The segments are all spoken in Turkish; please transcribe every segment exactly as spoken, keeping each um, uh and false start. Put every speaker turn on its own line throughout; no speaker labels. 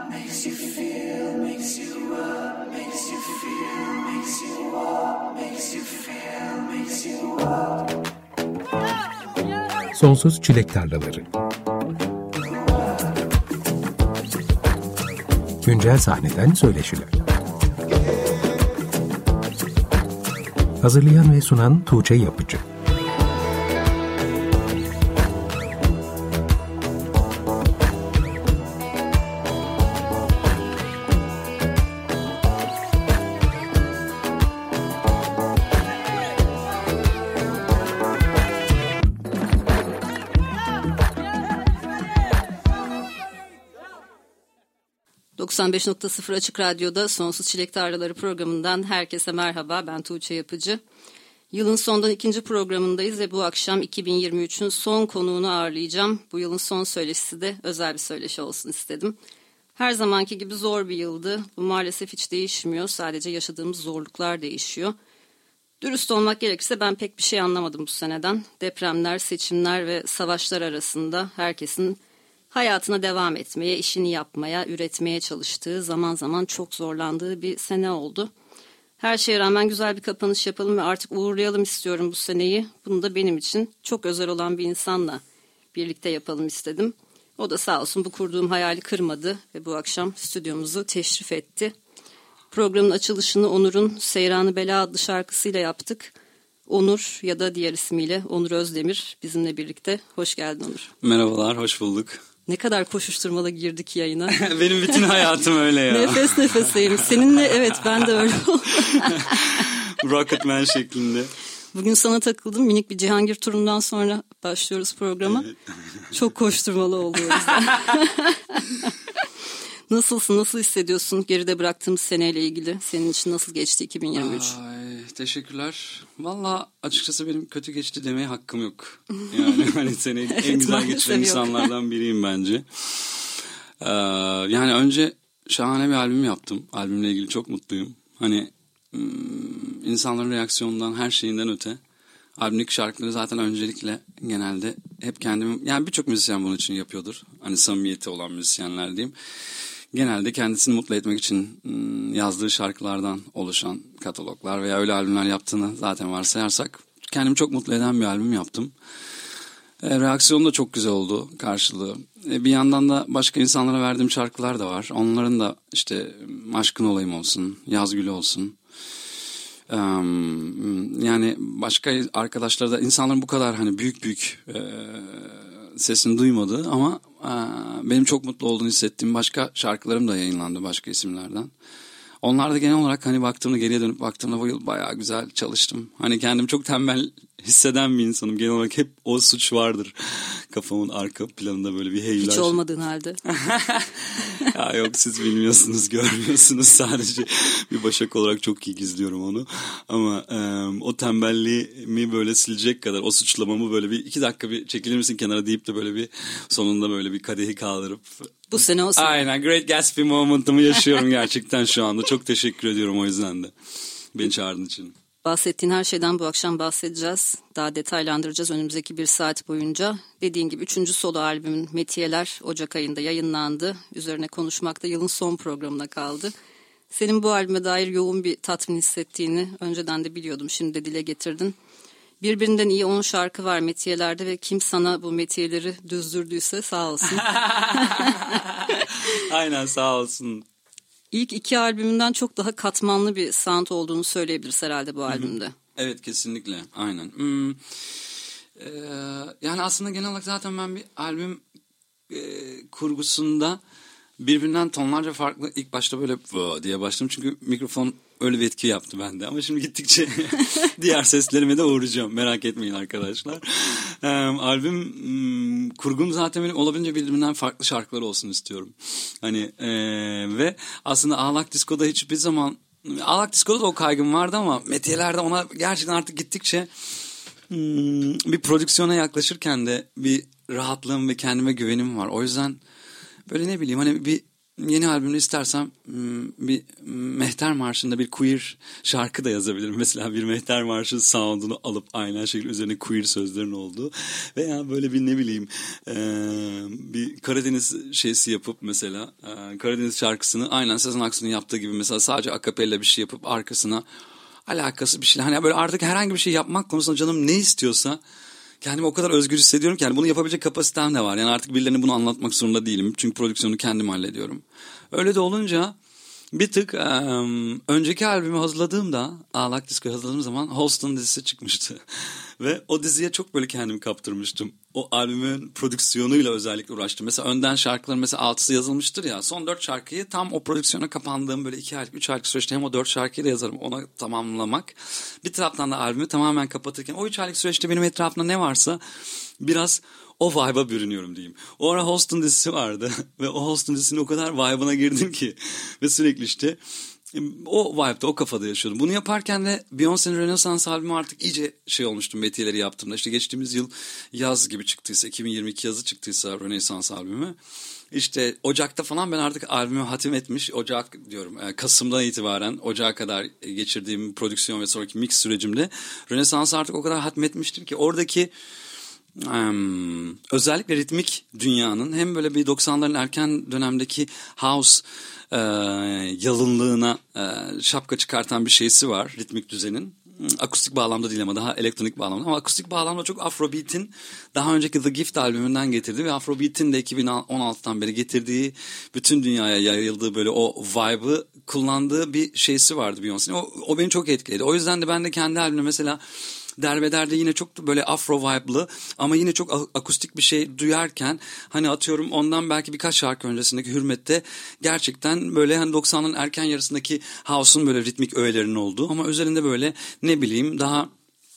makes you feel, makes you up, makes you feel, makes you up, makes you feel, makes you up.
Sonsuz Çilek Tarlaları. Güncel sahneden söyleşiler. Hazırlayan ve sunan Tuğçe Yapıcı.
doksan beş nokta sıfır Açık Radyo'da Sonsuz Çilek Tarlaları programından herkese merhaba. Ben Tuğçe Yapıcı. Yılın sondan ikinci programındayız ve bu akşam iki bin yirmi üçün son konuğunu ağırlayacağım. Bu yılın son söyleşisi de özel bir söyleşi olsun istedim. Her zamanki gibi zor bir yıldı. Bu maalesef hiç değişmiyor. Sadece yaşadığımız zorluklar değişiyor. Dürüst olmak gerekirse ben pek bir şey anlamadım bu seneden. Depremler, seçimler ve savaşlar arasında herkesin hayatına devam etmeye, işini yapmaya, üretmeye çalıştığı, zaman zaman çok zorlandığı bir sene oldu. Her şeye rağmen güzel bir kapanış yapalım ve artık uğurlayalım istiyorum bu seneyi. Bunu da benim için çok özel olan bir insanla birlikte yapalım istedim. O da sağ olsun bu kurduğum hayali kırmadı ve bu akşam stüdyomuzu teşrif etti. Programın açılışını Onur'un Seyranı Bela adlı şarkısıyla yaptık. Onur ya da diğer ismiyle Onur Özdemir bizimle birlikte. Hoş geldin Onur.
Merhabalar, hoş bulduk.
Ne kadar koşuşturmalı girdik yayına.
Benim bütün hayatım öyle ya.
Nefes nefeseyim. Seninle evet ben de öyle oldum.
Rocketman şeklinde.
Bugün sana takıldım. Minik bir Cihangir turundan sonra başlıyoruz programa. Evet. Çok koşturmalı oldu o yüzden. Nasılsın, nasıl hissediyorsun geride bıraktığımız seneyle ilgili? Senin için nasıl geçti iki bin yirmi üç?
Ay, teşekkürler. Valla açıkçası benim kötü geçti demeye hakkım yok. Yani hani seneyi evet, en güzel geçiren insanlardan biriyim bence. Ee, yani önce şahane bir albüm yaptım. Albümle ilgili çok mutluyum. Hani insanların reaksiyonundan, her şeyinden öte. Albümdeki şarkıları zaten öncelikle genelde hep kendim, yani birçok müzisyen bunun için yapıyordur. Hani samimiyeti olan müzisyenler diyeyim. Genelde kendisini mutlu etmek için yazdığı şarkılardan oluşan kataloglar veya öyle albümler yaptığını zaten varsayarsak kendimi çok mutlu eden bir albüm yaptım. E, reaksiyonu da çok güzel oldu, karşılığı. E, bir yandan da başka insanlara verdiğim şarkılar da var. Onların da işte Aşkın Olayım olsun, Yaz Gülü olsun. E, yani başka arkadaşlar da insanların bu kadar hani büyük büyük e, sesini duymadığı ama e, benim çok mutlu olduğunu hissettiğim başka şarkılarım da yayınlandı başka isimlerden. Onlar da genel olarak hani baktığımda, geriye dönüp baktığımda bu yıl bayağı güzel çalıştım. Hani kendimi çok tembel hisseden bir insanım. Genel olarak hep o suç vardır. Kafamın arka planında böyle bir heylaş.
Hiç olmadığın halde.
Ya yok, siz bilmiyorsunuz, görmüyorsunuz. Sadece bir Başak olarak çok iyi gizliyorum onu. Ama e, o tembelliğimi böyle silecek kadar, o suçlamamı böyle bir iki dakika bir çekilir misin kenara deyip de böyle bir sonunda böyle bir kadehi kaldırıp.
Bu sene o sene.
Aynen, Great Gatsby moment'ımı yaşıyorum gerçekten şu anda. Çok teşekkür ediyorum o yüzden de. Beni çağırdığın için.
Bahsettiğin her şeyden bu akşam bahsedeceğiz. Daha detaylandıracağız önümüzdeki bir saat boyunca. Dediğin gibi üçüncü solo albümün Metiyeler Ocak ayında yayınlandı. Üzerine konuşmak da yılın son programına kaldı. Senin bu albüme dair yoğun bir tatmin hissettiğini önceden de biliyordum. Şimdi de dile getirdin. Birbirinden iyi on şarkı var Metiyeler'de ve kim sana bu metiyeleri düzdürdüyse sağ olsun.
Aynen, sağ olsun.
İlk iki albümünden çok daha katmanlı bir sound olduğunu söyleyebiliriz herhalde bu albümde.
Evet, kesinlikle. Aynen. Hmm. Ee, yani aslında genel olarak zaten ben bir albüm e, kurgusunda birbirinden tonlarca farklı, ilk başta böyle diye başladım. Çünkü mikrofon öyle bir etki yaptı bende. Ama şimdi gittikçe diğer seslerime de uğrayacağım. Merak etmeyin arkadaşlar. Ee, albüm m, kurgum zaten benim olabildiğince birbirinden farklı şarkılar olsun istiyorum. Hani e, ve aslında Ağlak Disko'da hiçbir zaman, Ağlak Disko'da da o kaygım vardı ama Metiyeler'de ona gerçekten artık gittikçe m, bir prodüksiyona yaklaşırken de bir rahatlığım ve kendime güvenim var. O yüzden böyle ne bileyim hani bir yeni albümde istersem bir Mehter Marşı'nda bir queer şarkı da yazabilirim. Mesela bir Mehter Marşı sound'unu alıp aynen şekilde üzerine queer sözlerin olduğu veya böyle bir ne bileyim bir Karadeniz şeysi yapıp mesela Karadeniz şarkısını aynen Sezen Aksu'nun yaptığı gibi mesela sadece akapella bir şey yapıp arkasına alakası bir şey. Hani böyle artık herhangi bir şey yapmak konusunda canım ne istiyorsa kendimi o kadar özgür hissediyorum ki yani bunu yapabilecek kapasitem de var. Yani artık birilerine bunu anlatmak zorunda değilim. Çünkü prodüksiyonu kendim hallediyorum. Öyle de olunca bir tık um, önceki albümü hazırladığımda Ağlak Disko'yu hazırladığım zaman Holston dizisi çıkmıştı. Ve o diziye çok böyle kendimi kaptırmıştım. O albümün prodüksiyonuyla özellikle uğraştım. Mesela önden şarkıların mesela altısı yazılmıştır ya. Son dört şarkıyı tam o prodüksiyona kapandığım böyle iki aylık, üç aylık süreçte hem o dört şarkıyı da yazarım. Ona tamamlamak. Bir taraftan da albümü tamamen kapatırken o üç aylık süreçte benim etrafımda ne varsa biraz o vibe'a bürünüyorum diyeyim. O ara Holston dizisi vardı ve o Holston dizisinin o kadar vibe'ına girdim ki ve sürekli işte o vibe'da, o kafada yaşıyordum. Bunu yaparken de Beyoncé'nin Renaissance albümü artık iyice şey olmuştum metiyeleri yaptığımda. İşte geçtiğimiz yıl yaz gibi çıktıysa, iki bin yirmi iki yazı çıktıysa Renaissance albümü. İşte Ocak'ta falan ben artık albümü hatim etmiş, Ocak diyorum Kasım'dan itibaren Ocak'a kadar geçirdiğim prodüksiyon ve sonraki mix sürecimde Renaissance artık o kadar hatmetmiştim ki oradaki Um, özellikle ritmik dünyanın hem böyle bir doksanların erken dönemdeki house e, yalınlığına e, şapka çıkartan bir şeysi var ritmik düzenin. Akustik bağlamda değil ama daha elektronik bağlamda ama akustik bağlamda çok Afrobeat'in daha önceki The Gift albümünden getirdiği ve Afrobeat'in de iki bin on altıdan beri getirdiği bütün dünyaya yayıldığı böyle o vibe'ı kullandığı bir şeysi vardı Beyoncé'nin. O, o beni çok etkiledi. O yüzden de ben de kendi albümde mesela Derbeder'de yine çok böyle afro vibe'lı ama yine çok akustik bir şey duyarken hani atıyorum ondan belki birkaç şarkı öncesindeki Hürmet'te gerçekten böyle hani doksanların erken yarısındaki house'un böyle ritmik öğelerinin olduğu ama üzerinde böyle ne bileyim daha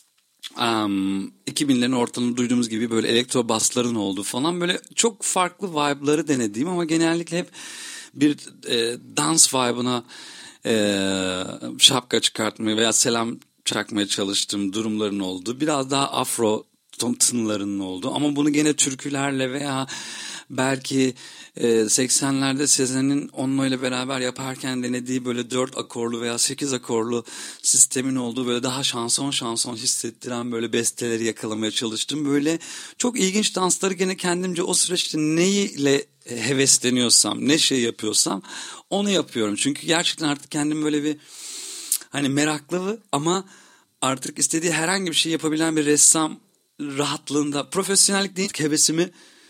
um, iki binlerin ortamında duyduğumuz gibi böyle elektro bassların olduğu falan böyle çok farklı vibe'ları denediğim ama genellikle hep bir e, dans vibe'ına e, şapka çıkartmayı veya selam çakmaya çalıştığım durumların olduğu biraz daha afro tınılarının olduğu ama bunu gene türkülerle veya belki e, seksenlerde Sezen'in onunla beraber yaparken denediği böyle dört akorlu veya sekiz akorlu sistemin olduğu böyle daha şanson şanson hissettiren böyle besteleri yakalamaya çalıştım. Böyle çok ilginç dansları gene kendimce o süreçte neyle hevesleniyorsam ne şey yapıyorsam onu yapıyorum. Çünkü gerçekten artık kendim böyle bir hani meraklı ama artık istediği herhangi bir şey yapabilen bir ressam rahatlığında profesyonellik değil hevesimi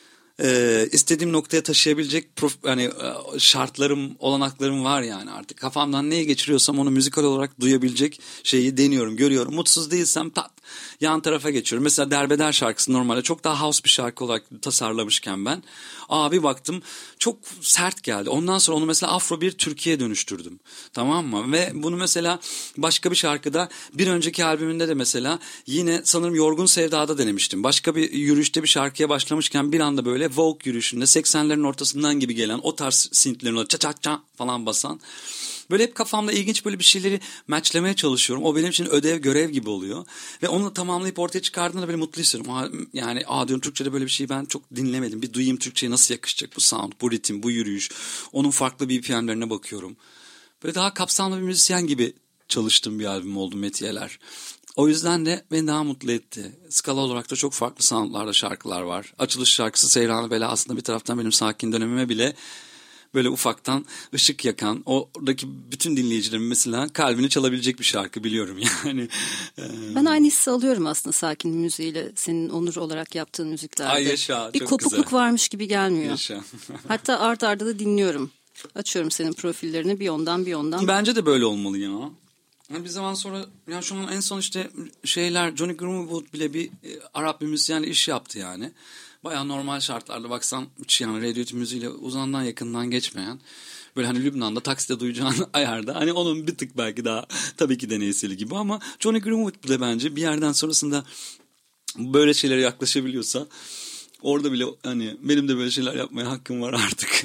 e, istediğim noktaya taşıyabilecek prof, hani e, şartlarım, olanaklarım var yani artık kafamdan neyi geçiriyorsam onu müzikal olarak duyabilecek şeyi deniyorum, görüyorum. Mutsuz değilsem tat yan tarafa geçiyorum. Mesela Derbeder şarkısı normalde çok daha house bir şarkı olarak tasarlamışken ben abi baktım çok sert geldi. Ondan sonra onu mesela afro bir Türkiye dönüştürdüm. Tamam mı? Ve bunu mesela başka bir şarkıda bir önceki albümünde de mesela yine sanırım Yorgun Sevda'da denemiştim. Başka bir yürüyüşte bir şarkıya başlamışken bir anda böyle Vogue yürüyüşünde seksenlerin ortasından gibi gelen o tarz synthlerin ça ça ça falan basan böyle hep kafamda ilginç böyle bir şeyleri matchlemeye çalışıyorum. O benim için ödev, görev gibi oluyor. Ve onu tamamlayıp ortaya çıkardığımda böyle mutlu hissediyorum. Yani aa diyorum Türkçe'de böyle bir şeyi ben çok dinlemedim. Bir duyayım Türkçe'ye nasıl yakışacak bu sound, bu ritim, bu yürüyüş. Onun farklı B P M'lerine bakıyorum. Böyle daha kapsamlı bir müzisyen gibi çalıştığım bir albüm oldu Metiyeler. O yüzden de beni daha mutlu etti. Skala olarak da çok farklı soundlarda şarkılar var. Açılış şarkısı Seyran Bela aslında bir taraftan benim sakin dönemime bile böyle ufaktan ışık yakan, oradaki bütün dinleyicilerin mesela kalbini çalabilecek bir şarkı biliyorum yani.
Ben aynı hissi alıyorum aslında sakin müziğiyle senin Onur olarak yaptığın müziklerde.
Ay yaşa,
bir
çok
kopukluk
güzel.
Varmış gibi gelmiyor.
Yaşa.
Hatta art arda da dinliyorum. Açıyorum senin profillerini bir ondan bir ondan.
Bence de böyle olmalı ya. Bir zaman sonra ya şu an en son işte şeyler Johnny Greenwood bile bir e, Arap bir müzisyenle iş yaptı yani. Bayağı normal şartlarda baksan hiç yani Radiohead müziğiyle uzandan yakından geçmeyen böyle hani Lübnan'da takside duyacağın ayarda hani onun bir tık belki daha tabii ki deneyseli gibi ama Johnny Greenwood bile bence bir yerden sonrasında böyle şeylere yaklaşabiliyorsa orada bile hani benim de böyle şeyler yapmaya hakkım var artık.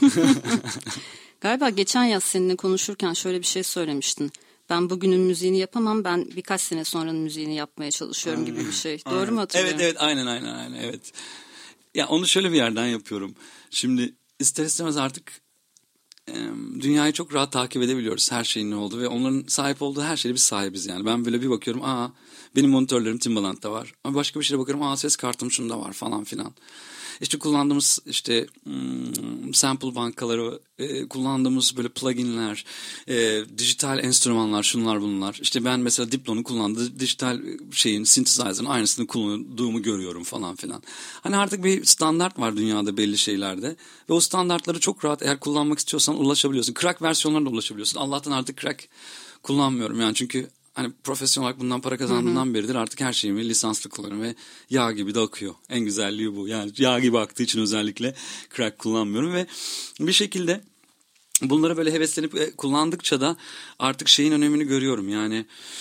Galiba geçen yaz seninle konuşurken şöyle bir şey söylemiştin. Ben bugünün müziğini yapamam, ben birkaç sene sonranın müziğini yapmaya çalışıyorum gibi bir şey. Aynen. Doğru mu hatırlıyorum?
Evet evet aynen aynen aynen evet. Ya onu şöyle bir yerden yapıyorum. Şimdi ister istemez artık e, dünyayı çok rahat takip edebiliyoruz. Her şeyin ne olduğu ve onların sahip olduğu her şeyde biz sahibiz yani. Ben böyle bir bakıyorum, aa benim monitörlerim Timbaland'da var. Ama başka bir şeye bakıyorum, aa ses kartım şunda var falan filan. İşte kullandığımız işte hmm, sample bankaları, e, kullandığımız böyle pluginler, e, dijital enstrümanlar, şunlar bunlar. İşte ben mesela Diplo'nun kullandığı dijital şeyin, synthesizer'ın aynısını kullandığımı görüyorum falan filan. Hani artık bir standart var dünyada belli şeylerde ve o standartları çok rahat eğer kullanmak istiyorsan ulaşabiliyorsun. Crack versiyonlarına ulaşabiliyorsun. Allah'tan artık crack kullanmıyorum yani, çünkü hani profesyonel olarak bundan para kazandığımdan beridir artık her şeyimi lisanslı kullanıyorum ve yağ gibi de akıyor. En güzelliği bu. Yani yağ gibi aktığı için özellikle crack kullanmıyorum ve bir şekilde bunları böyle heveslenip kullandıkça da artık şeyin önemini görüyorum. Yani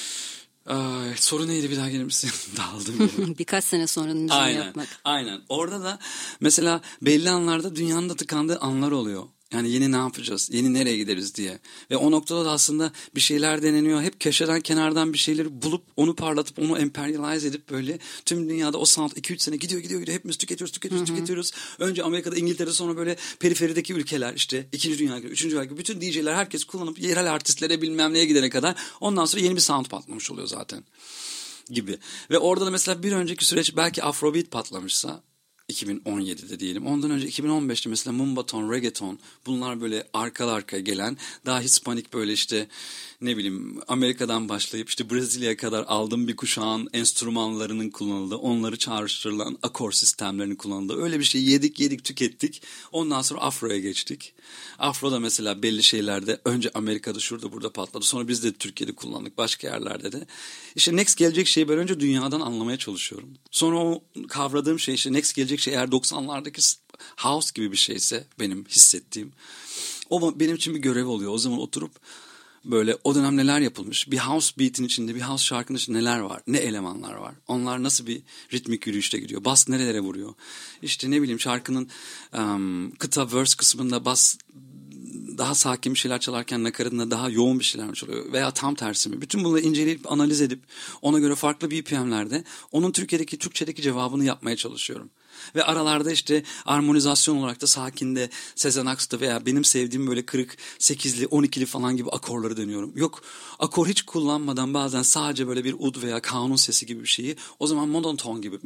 ay, soru neydi, bir daha gelir misin? Dağıldım.
Birkaç sene sonra müziği
aynen,
yapmak.
Aynen. Orada da mesela belli anlarda dünyanın da tıkandığı anlar oluyor. Yani yeni ne yapacağız, yeni nereye gideriz diye. Ve o noktada da aslında bir şeyler deneniyor. Hep köşeden kenardan bir şeyleri bulup onu parlatıp onu emperyalize edip böyle tüm dünyada o sound iki üç sene gidiyor gidiyor gidiyor. Hepimiz tüketiyoruz tüketiyoruz hı hı. tüketiyoruz. Önce Amerika'da, İngiltere'de, sonra böyle periferideki ülkeler, işte ikinci dünya gibi, üçüncü dünya gibi bütün D J'ler herkes kullanıp yerel artistlere bilmem neye gidene kadar ondan sonra yeni bir sound patlamış oluyor zaten gibi. Ve orada da mesela bir önceki süreç belki Afrobeat patlamışsa iki bin on yedide diyelim. Ondan önce iki bin on beşte mesela Mumbaton, Reggaeton, bunlar böyle arka arkaya gelen daha Hispanik böyle işte ne bileyim Amerika'dan başlayıp işte Brezilya'ya kadar aldığım bir kuşağın enstrümanlarının kullanıldığı, onları çağrıştırılan akor sistemlerinin kullanıldığı öyle bir şey yedik yedik tükettik. Ondan sonra Afro'ya geçtik. Afro'da mesela belli şeylerde önce Amerika'da şurada burada patladı. Sonra biz de Türkiye'de kullandık, başka yerlerde de. İşte next gelecek şeyi ben önce dünyadan anlamaya çalışıyorum. Sonra o kavradığım şey, işte next gelecek şey eğer doksanlardaki house gibi bir şeyse benim hissettiğim, o benim için bir görev oluyor. O zaman oturup böyle o dönem neler yapılmış, bir house beat'in içinde, bir house şarkının içinde neler var, ne elemanlar var, onlar nasıl bir ritmik yürüyüşte gidiyor, bas nerelere vuruyor, işte ne bileyim şarkının um, kıta verse kısmında bas daha sakin bir şeyler çalarken nakaratında daha yoğun bir şeyler mi çalıyor veya tam tersi mi? Bütün bunları inceleyip analiz edip ona göre farklı B P M'lerde onun Türkiye'deki, Türkçedeki cevabını yapmaya çalışıyorum. Ve aralarda işte armonizasyon olarak da sakinde, Sezen Aksu'da veya benim sevdiğim böyle kırık, sekizli, on ikili falan gibi akorları deniyorum. Yok, akor hiç kullanmadan bazen sadece böyle bir ud veya kanun sesi gibi bir şeyi, o zaman monoton gibi,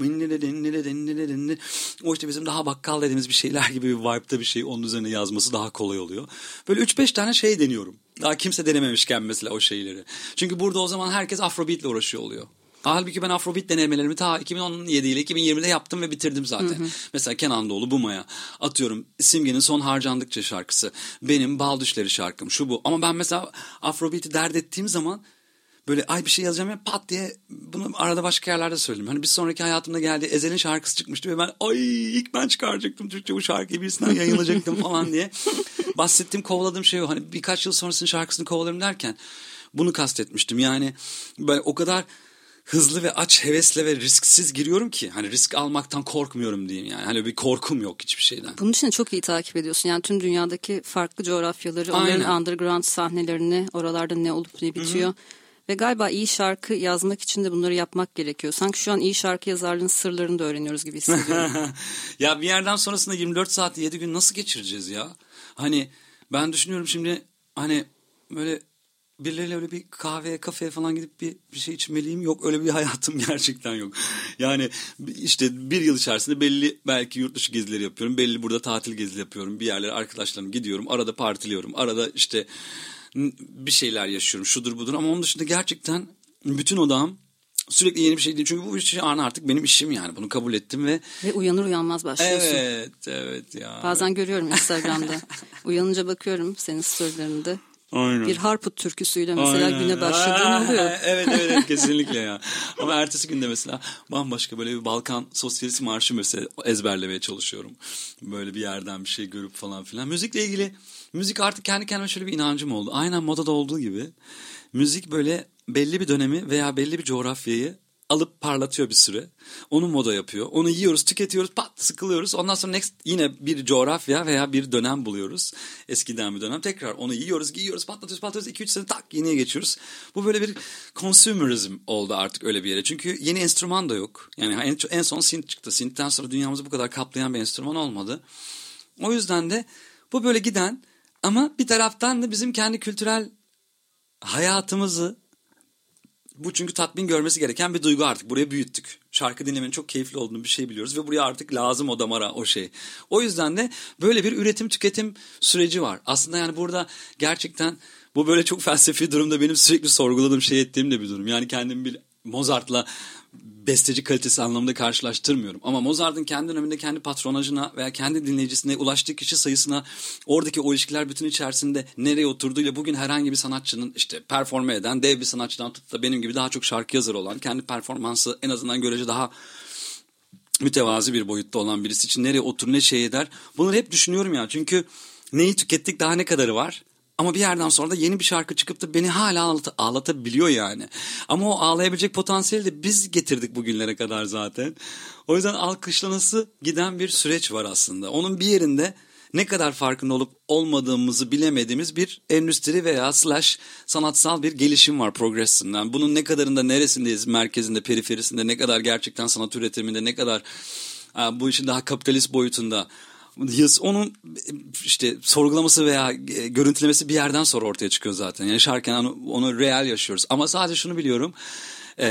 o işte bizim daha bakkal dediğimiz bir şeyler gibi bir vibe'da bir şey onun üzerine yazması daha kolay oluyor. Böyle üç beş tane şey deniyorum. Daha kimse denememişken mesela o şeyleri. Çünkü burada o zaman herkes Afrobeat'le uğraşıyor oluyor. Halbuki ben Afrobeat denemelerimi ta iki bin on yedi ile iki bin yirmide yaptım ve bitirdim zaten. Hı hı. Mesela Kenan Doğulu, Buma'ya atıyorum, Simge'nin Son Harcandıkça şarkısı, benim Bal Düşleri şarkım, şu bu. Ama ben mesela Afrobeat'i dert ettiğim zaman böyle ay bir şey yazacağım ya pat diye, bunu arada başka yerlerde söyledim. Hani bir sonraki hayatımda geldi, Ezel'in şarkısı çıkmıştı ve ben ay ilk ben çıkaracaktım Türkçe bu şarkıyı, birisinden yayınlayacaktım falan diye bahsettiğim, kovaladığım şey o. Hani birkaç yıl sonrasının şarkısını kovalarım derken bunu kastetmiştim. Yani ben o kadar hızlı ve aç, hevesle ve risksiz giriyorum ki hani risk almaktan korkmuyorum diyeyim yani. Hani bir korkum yok hiçbir şeyden.
Bunun için çok iyi takip ediyorsun. Yani tüm dünyadaki farklı coğrafyaları, onların Aynen. underground sahnelerini, oralarda ne olup ne bitiyor. Hı-hı. Ve galiba iyi şarkı yazmak için de bunları yapmak gerekiyor. Sanki şu an iyi şarkı yazarlığının sırlarını da öğreniyoruz gibi hissediyorum.
Ya bir yerden sonrasında yirmi dört saat yedi gün nasıl geçireceğiz ya? Hani ben düşünüyorum şimdi, hani böyle birileriyle öyle bir kahveye, kafeye falan gidip bir, bir şey içmeliyim. Yok, öyle bir hayatım gerçekten yok. Yani işte bir yıl içerisinde belli belki yurt dışı gezileri yapıyorum. Belli burada tatil gezileri yapıyorum. Bir yerlere arkadaşlarım gidiyorum. Arada partiliyorum. Arada işte bir şeyler yaşıyorum. Şudur budur. Ama onun dışında gerçekten bütün odağım sürekli yeni bir şey değil. Çünkü bu iş artık benim işim yani. Bunu kabul ettim ve...
Ve uyanır uyanmaz başlıyorsun.
Evet, evet ya.
Bazen görüyorum Instagram'da. Uyanınca bakıyorum senin storylerinde.
Aynen.
Bir Harput türküsüyle mesela Aynen. güne başladığın oluyor.
Evet evet kesinlikle ya. Ama ertesi günde mesela bambaşka böyle bir Balkan Sosyalist Marşı mesela ezberlemeye çalışıyorum. Böyle bir yerden bir şey görüp falan filan. Müzikle ilgili, müzik artık kendi kendime şöyle bir inancım oldu. Aynen modada olduğu gibi. Müzik böyle belli bir dönemi veya belli bir coğrafyayı alıp parlatıyor bir süre. Onu moda yapıyor. Onu yiyoruz, tüketiyoruz, pat sıkılıyoruz. Ondan sonra next yine bir coğrafya veya bir dönem buluyoruz. Eskiden bir dönem. Tekrar onu yiyoruz, giyiyoruz, patlatıyoruz, patlatıyoruz. iki üç sene tak yeniye geçiyoruz. Bu böyle bir consumerism oldu artık öyle bir yere. Çünkü yeni enstrüman da yok. Yani en, en son synth çıktı. Synth'ten sonra dünyamızı bu kadar kaplayan bir enstrüman olmadı. O yüzden de bu böyle giden Ama bir taraftan da bizim kendi kültürel hayatımızı, bu çünkü tatmin görmesi gereken bir duygu artık. Buraya büyüttük. Şarkı dinlemenin çok keyifli olduğunu bir şey biliyoruz ve buraya artık lazım o damara, o şey. O yüzden de böyle bir üretim tüketim süreci var. Aslında yani burada gerçekten bu böyle çok felsefi durumda benim sürekli sorguladığım, şey ettiğim de bir durum. Yani kendimi bir Mozart'la besteci kalitesi anlamında karşılaştırmıyorum. Ama Mozart'ın kendi döneminde kendi patronajına veya kendi dinleyicisine ulaştığı kişi sayısına, oradaki o ilişkiler bütün içerisinde nereye oturduğuyla bugün herhangi bir sanatçının işte performe eden dev bir sanatçıdan tut da benim gibi daha çok şarkı yazarı olan, kendi performansı en azından görece daha mütevazi bir boyutta olan birisi için nereye otur, ne şey eder. Bunları hep düşünüyorum ya. Çünkü neyi tükettik, daha ne kadarı var? Ama bir yerden sonra da yeni bir şarkı çıkıp da beni hala ağlat- ağlatabiliyor yani. Ama o ağlayabilecek potansiyeli de biz getirdik bugünlere kadar zaten. O yüzden alkışlanası giden bir süreç var aslında. Onun bir yerinde ne kadar farkında olup olmadığımızı bilemediğimiz bir endüstri veya slash sanatsal bir gelişim var, progression. Yani bunun ne kadarında, neresindeyiz, merkezinde, periferisinde, ne kadar gerçekten sanat üretiminde, ne kadar bu işin daha kapitalist boyutunda, onun işte sorgulaması veya görüntülemesi bir yerden sonra ortaya çıkıyor zaten. Yaşarken onu, onu real yaşıyoruz. Ama sadece şunu biliyorum. Ee,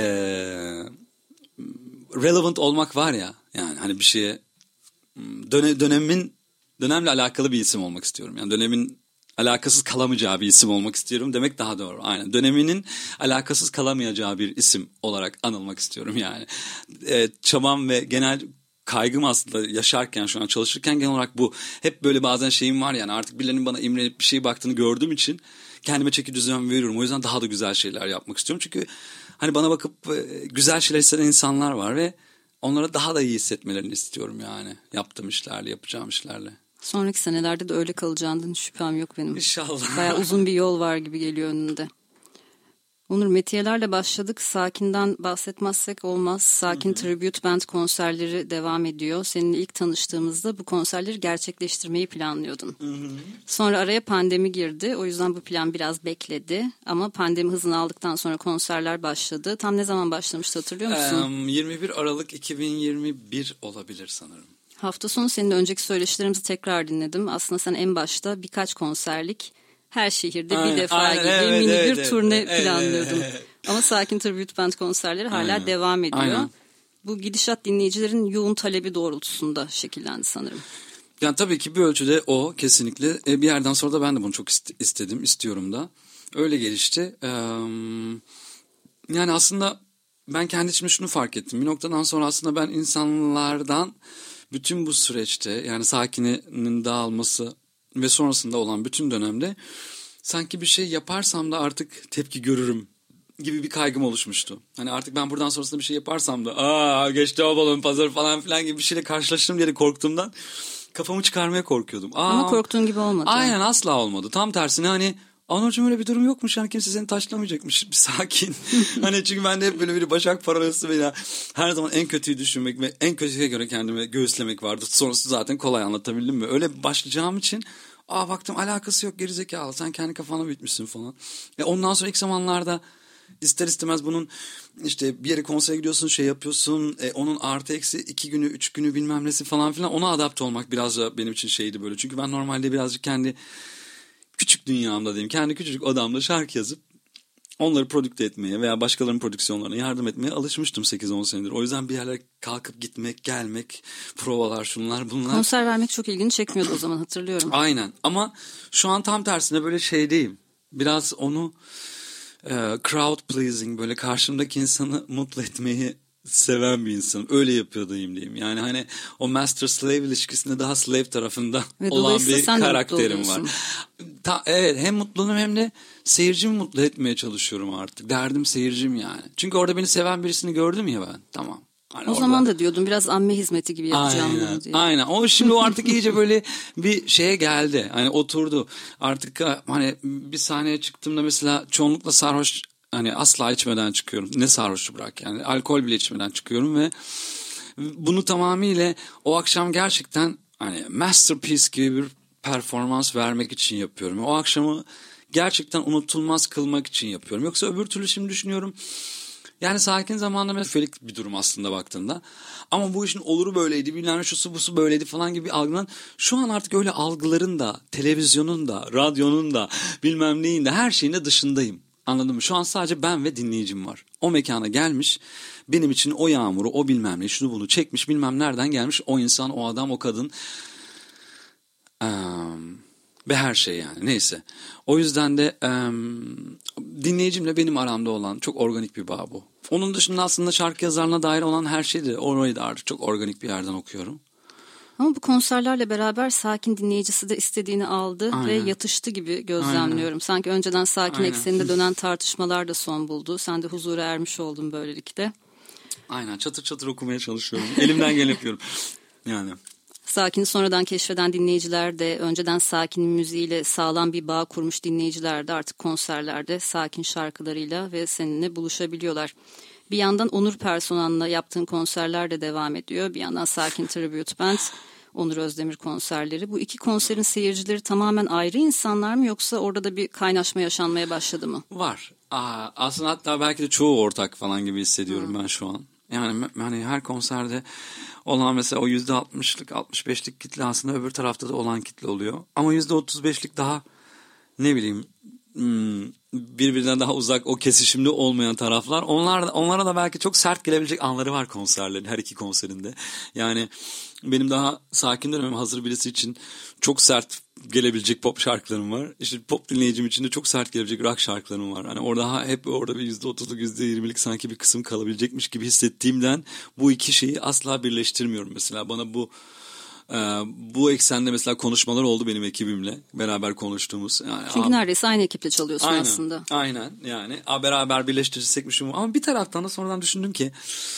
relevant olmak var ya. Yani hani bir şeye döne, dönemin dönemle alakalı bir isim olmak istiyorum. Yani dönemin alakasız kalamayacağı bir isim olmak istiyorum demek daha doğru. Aynen. Döneminin alakasız kalamayacağı bir isim olarak anılmak istiyorum yani. Ee, çabam ve genel kaygım aslında yaşarken, şu an çalışırken genel olarak bu. Hep böyle bazen şeyim var yani, artık birilerinin bana imrenip bir şeye baktığını gördüğüm için kendime çeki düzen veriyorum. O yüzden daha da güzel şeyler yapmak istiyorum. Çünkü hani bana bakıp güzel şeyler hisseden insanlar var ve onlara daha da iyi hissetmelerini istiyorum yani. Yaptığım işlerle, yapacağım işlerle.
Sonraki senelerde de öyle kalacağından şüphem yok benim.
İnşallah.
Bayağı uzun bir yol var gibi geliyor önünde. Onur, metiyelerle başladık. Sakin'den bahsetmezsek olmaz. Sakin, hı hı. Tribute Band konserleri devam ediyor. Seninle ilk tanıştığımızda bu konserleri gerçekleştirmeyi planlıyordun. Hı hı. Sonra araya pandemi girdi. O yüzden bu plan biraz bekledi. Ama pandemi hızını aldıktan sonra konserler başladı. Tam ne zaman başlamıştı, hatırlıyor musun?
yirmi bir Aralık iki bin yirmi bir olabilir sanırım.
Hafta sonu senin önceki söyleşilerimizi tekrar dinledim. Aslında sen en başta birkaç konserlik, her şehirde aynen, bir defa aynen, gibi evet, mini evet, bir evet, turne evet, planlıyordum. Evet, evet. Ama Sakin Tribute Band konserleri hala aynen, devam ediyor. Aynen. Bu gidişat dinleyicilerin yoğun talebi doğrultusunda şekillendi sanırım.
Yani tabii ki bir ölçüde o kesinlikle. Bir yerden sonra da ben de bunu çok istedim, istiyorum da. Öyle gelişti. Yani aslında ben kendi içimde şunu fark ettim. Bir noktadan sonra aslında ben insanlardan bütün bu süreçte, yani Sakin'in dağılması ve sonrasında olan bütün dönemde sanki bir şey yaparsam da artık tepki görürüm gibi bir kaygım oluşmuştu. Hani artık ben buradan sonrasında bir şey yaparsam da aa geçti o balon pazarı falan filan gibi bir şeyle karşılaştım diye korktuğumdan kafamı çıkarmaya korkuyordum. Aa,
ama korktuğun gibi olmadı.
Aynen, asla olmadı. Tam tersine hani Anurcuğum öyle bir durum yokmuş, yani kimse seni taşlamayacakmış, bir sakin. Hani çünkü ben de hep böyle bir Başak paralelisi veya her zaman en kötüyü düşünmek ve en kötüye göre kendimi göğüslemek vardı. Sonrası zaten kolay, anlatabildim mi? Öyle başlayacağım için aa baktım alakası yok, gerizekalı, sen kendi kafana bitmişsin falan. E ondan sonra ilk zamanlarda ister istemez bunun işte bir yere konsere gidiyorsun, şey yapıyorsun, e, onun artı eksi iki günü üç günü bilmem nesi falan filan, ona adapte olmak biraz da benim için şeydi böyle. Çünkü ben normalde birazcık kendi küçük dünyamda diyeyim, kendi küçücük odamda şarkı yazıp onları prodükte etmeye veya başkalarının prodüksiyonlarına yardım etmeye alışmıştım sekiz on senedir. O yüzden bir yerlere kalkıp gitmek, gelmek, provalar, şunlar bunlar.
Konser vermek çok ilgini çekmiyordu o zaman, hatırlıyorum.
Aynen, ama şu an tam tersine böyle şeydeyim. Biraz onu e, crowd pleasing, böyle karşımdaki insanı mutlu etmeyi seven bir insanım. Öyle yapıyordum diyeyim. Yani hani o master slave ilişkisinde daha slave tarafında ve olan bir karakterim var. Ta, evet, hem mutluyum hem de seyircimi mutlu etmeye çalışıyorum artık. Derdim seyircim yani. Çünkü orada beni seven birisini gördüm ya ben. Tamam. Hani
o
orada...
zaman da diyordum biraz amme hizmeti gibi yapacağım
aynen,
bunu diye.
Aynen. O şimdi o artık iyice böyle bir şeye geldi. Hani oturdu. Artık hani bir sahneye çıktığımda mesela çoğunlukla sarhoş, hani asla içmeden çıkıyorum. Ne sarhoşu bırak yani. Alkol bile içmeden çıkıyorum ve bunu tamamıyla o akşam gerçekten hani masterpiece gibi bir performans vermek için yapıyorum. O akşamı gerçekten unutulmaz kılmak için yapıyorum. Yoksa öbür türlü şimdi düşünüyorum, Yani sakin zamanda mefelik bir durum aslında baktığında. Ama bu işin oluru böyleydi, bilmem şusu busu böyleydi falan gibi algılan. Şu an artık öyle algıların da, televizyonun da, radyonun da, bilmem neyin de, her şeyin de dışındayım. Anladın mı? Şu an sadece ben ve dinleyicim var. O mekana gelmiş, benim için o yağmuru, o bilmem ne, şunu bunu çekmiş, bilmem nereden gelmiş o insan, o adam, o kadın. Um, ve her şey yani, neyse. O yüzden de um, dinleyicimle benim aramda olan çok organik bir bağ bu. Onun dışında aslında şarkı yazarına dair olan her şey de orayı da artık çok organik bir yerden okuyorum.
Ama bu konserlerle beraber sakin dinleyicisi de istediğini aldı. Aynen. Ve yatıştı gibi gözlemliyorum. Aynen. Sanki önceden sakin Aynen. ekseninde dönen tartışmalar da son buldu. Sen de huzura ermiş oldun böylelikle.
Aynen, çatır çatır okumaya çalışıyorum. Elimden geleni yapıyorum. Yani.
Sakin'i sonradan keşfeden dinleyiciler de, önceden Sakin müziğiyle sağlam bir bağ kurmuş dinleyiciler de artık konserlerde Sakin şarkılarıyla ve seninle buluşabiliyorlar. Bir yandan Onur Personan'la yaptığın konserler de devam ediyor. Bir yandan Sakin Tribute Band, Onur Özdemir konserleri. Bu iki konserin seyircileri tamamen ayrı insanlar mı, yoksa orada da bir kaynaşma yaşanmaya başladı mı?
Var. Aa, aslında hatta belki de çoğu ortak falan gibi hissediyorum hmm. ben şu an. Yani hani her konserde olan mesela o yüzde altmışlık, altmış beşlik kitle aslında öbür tarafta da olan kitle oluyor. Ama yüzde otuz beşlik daha ne bileyim birbirinden daha uzak, o kesişimde olmayan taraflar. Onlar onlara da belki çok sert gelebilecek anları var konserlerin, her iki konserinde. Yani benim daha sakin dönemim hazır birisi için çok sert gelebilecek pop şarkılarım var. İşte pop dinleyicim için de çok sert gelebilecek rock şarkılarım var. Hani orada hep orada bir yüzde otuzluk, yüzde yirmilik sanki bir kısım kalabilecekmiş gibi hissettiğimden bu iki şeyi asla birleştirmiyorum. Mesela bana bu Ee, bu eksende mesela konuşmalar oldu benim ekibimle beraber konuştuğumuz. Yani,
Çünkü abi, neredeyse aynı ekiple çalıyorsun
aynen,
aslında. Aynen
yani a, beraber birleştirecekmişim ama bir taraftan da sonradan düşündüm ki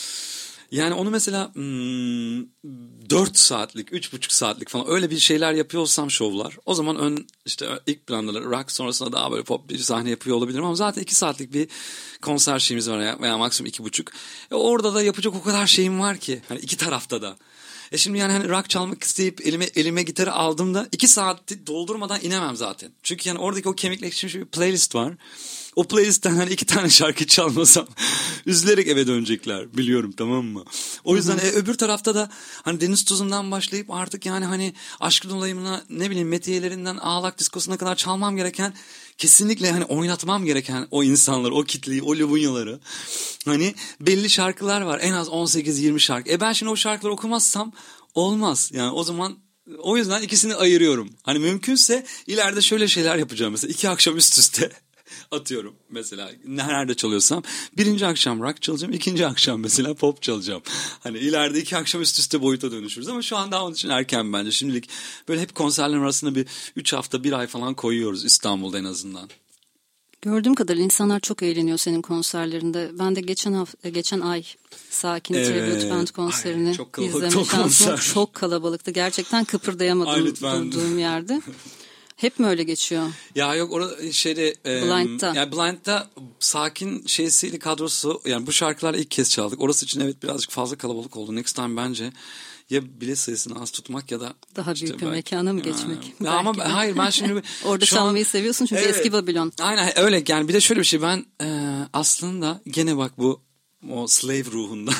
yani onu mesela hmm, dört saatlik, üç buçuk saatlik falan öyle bir şeyler yapıyor olsam şovlar, o zaman ön işte ilk planda rock, sonrasında daha böyle pop bir sahne yapıyor olabilirim ama zaten iki saatlik bir konser şeyimiz var ya, veya maksimum iki buçuk. E orada da yapacak o kadar şeyim var ki hani iki tarafta da. E şimdi yani hani rock çalmak isteyip elime elime gitarı aldığımda iki saati doldurmadan inemem zaten. Çünkü yani oradaki o kemikleşmiş bir playlist var. O playlistten hani iki tane şarkı çalmasam üzülerek eve dönecekler, biliyorum, tamam mı? O yüzden e, öbür tarafta da hani Deniz Tuzun'dan başlayıp artık yani hani Aşkın Olayım'ına, ne bileyim Metiyelerinden Ağlak Diskosu'na kadar çalmam gereken, kesinlikle hani oynatmam gereken o insanları, o kitleyi, o Lubunyaları. Hani belli şarkılar var, en az on sekiz yirmi şarkı. E ben şimdi o şarkıları okumazsam olmaz. Yani o zaman o yüzden ikisini ayırıyorum. Hani mümkünse ileride şöyle şeyler yapacağım, mesela iki akşam üst üste. Atıyorum mesela nerede çalıyorsam birinci akşam rock çalacağım, ikinci akşam mesela pop çalacağım. Hani ileride iki akşam üst üste boyuta dönüşürüz ama şu an daha onun için erken bence. Şimdilik böyle hep konserlerin arasında bir üç hafta bir ay falan koyuyoruz İstanbul'da en azından.
Gördüğüm kadarıyla insanlar çok eğleniyor senin konserlerinde. Ben de geçen hafta, geçen ay Sakin evet. Tribute Band konserini Ay, izleme şansım çok kalabalıktı. Gerçekten kıpırdayamadım durduğum yerde. Hep mi öyle geçiyor?
Ya yok, orada şeyde e,
Blind'da.
Yani Blind'da Sakin şeysiyle kadrosu, yani bu şarkılar ilk kez çaldık. Orası için evet birazcık fazla kalabalık oldu. Next time bence ya bilet sayısını az tutmak ya da
daha işte büyük bir belki, mekana mı geçmek?
Ya ama ben, hayır ben şimdi
orada çalmayı an, seviyorsun çünkü evet, eski Babilon.
Aynen öyle, yani bir de şöyle bir şey, ben e, aslında gene bak bu o slave ruhundan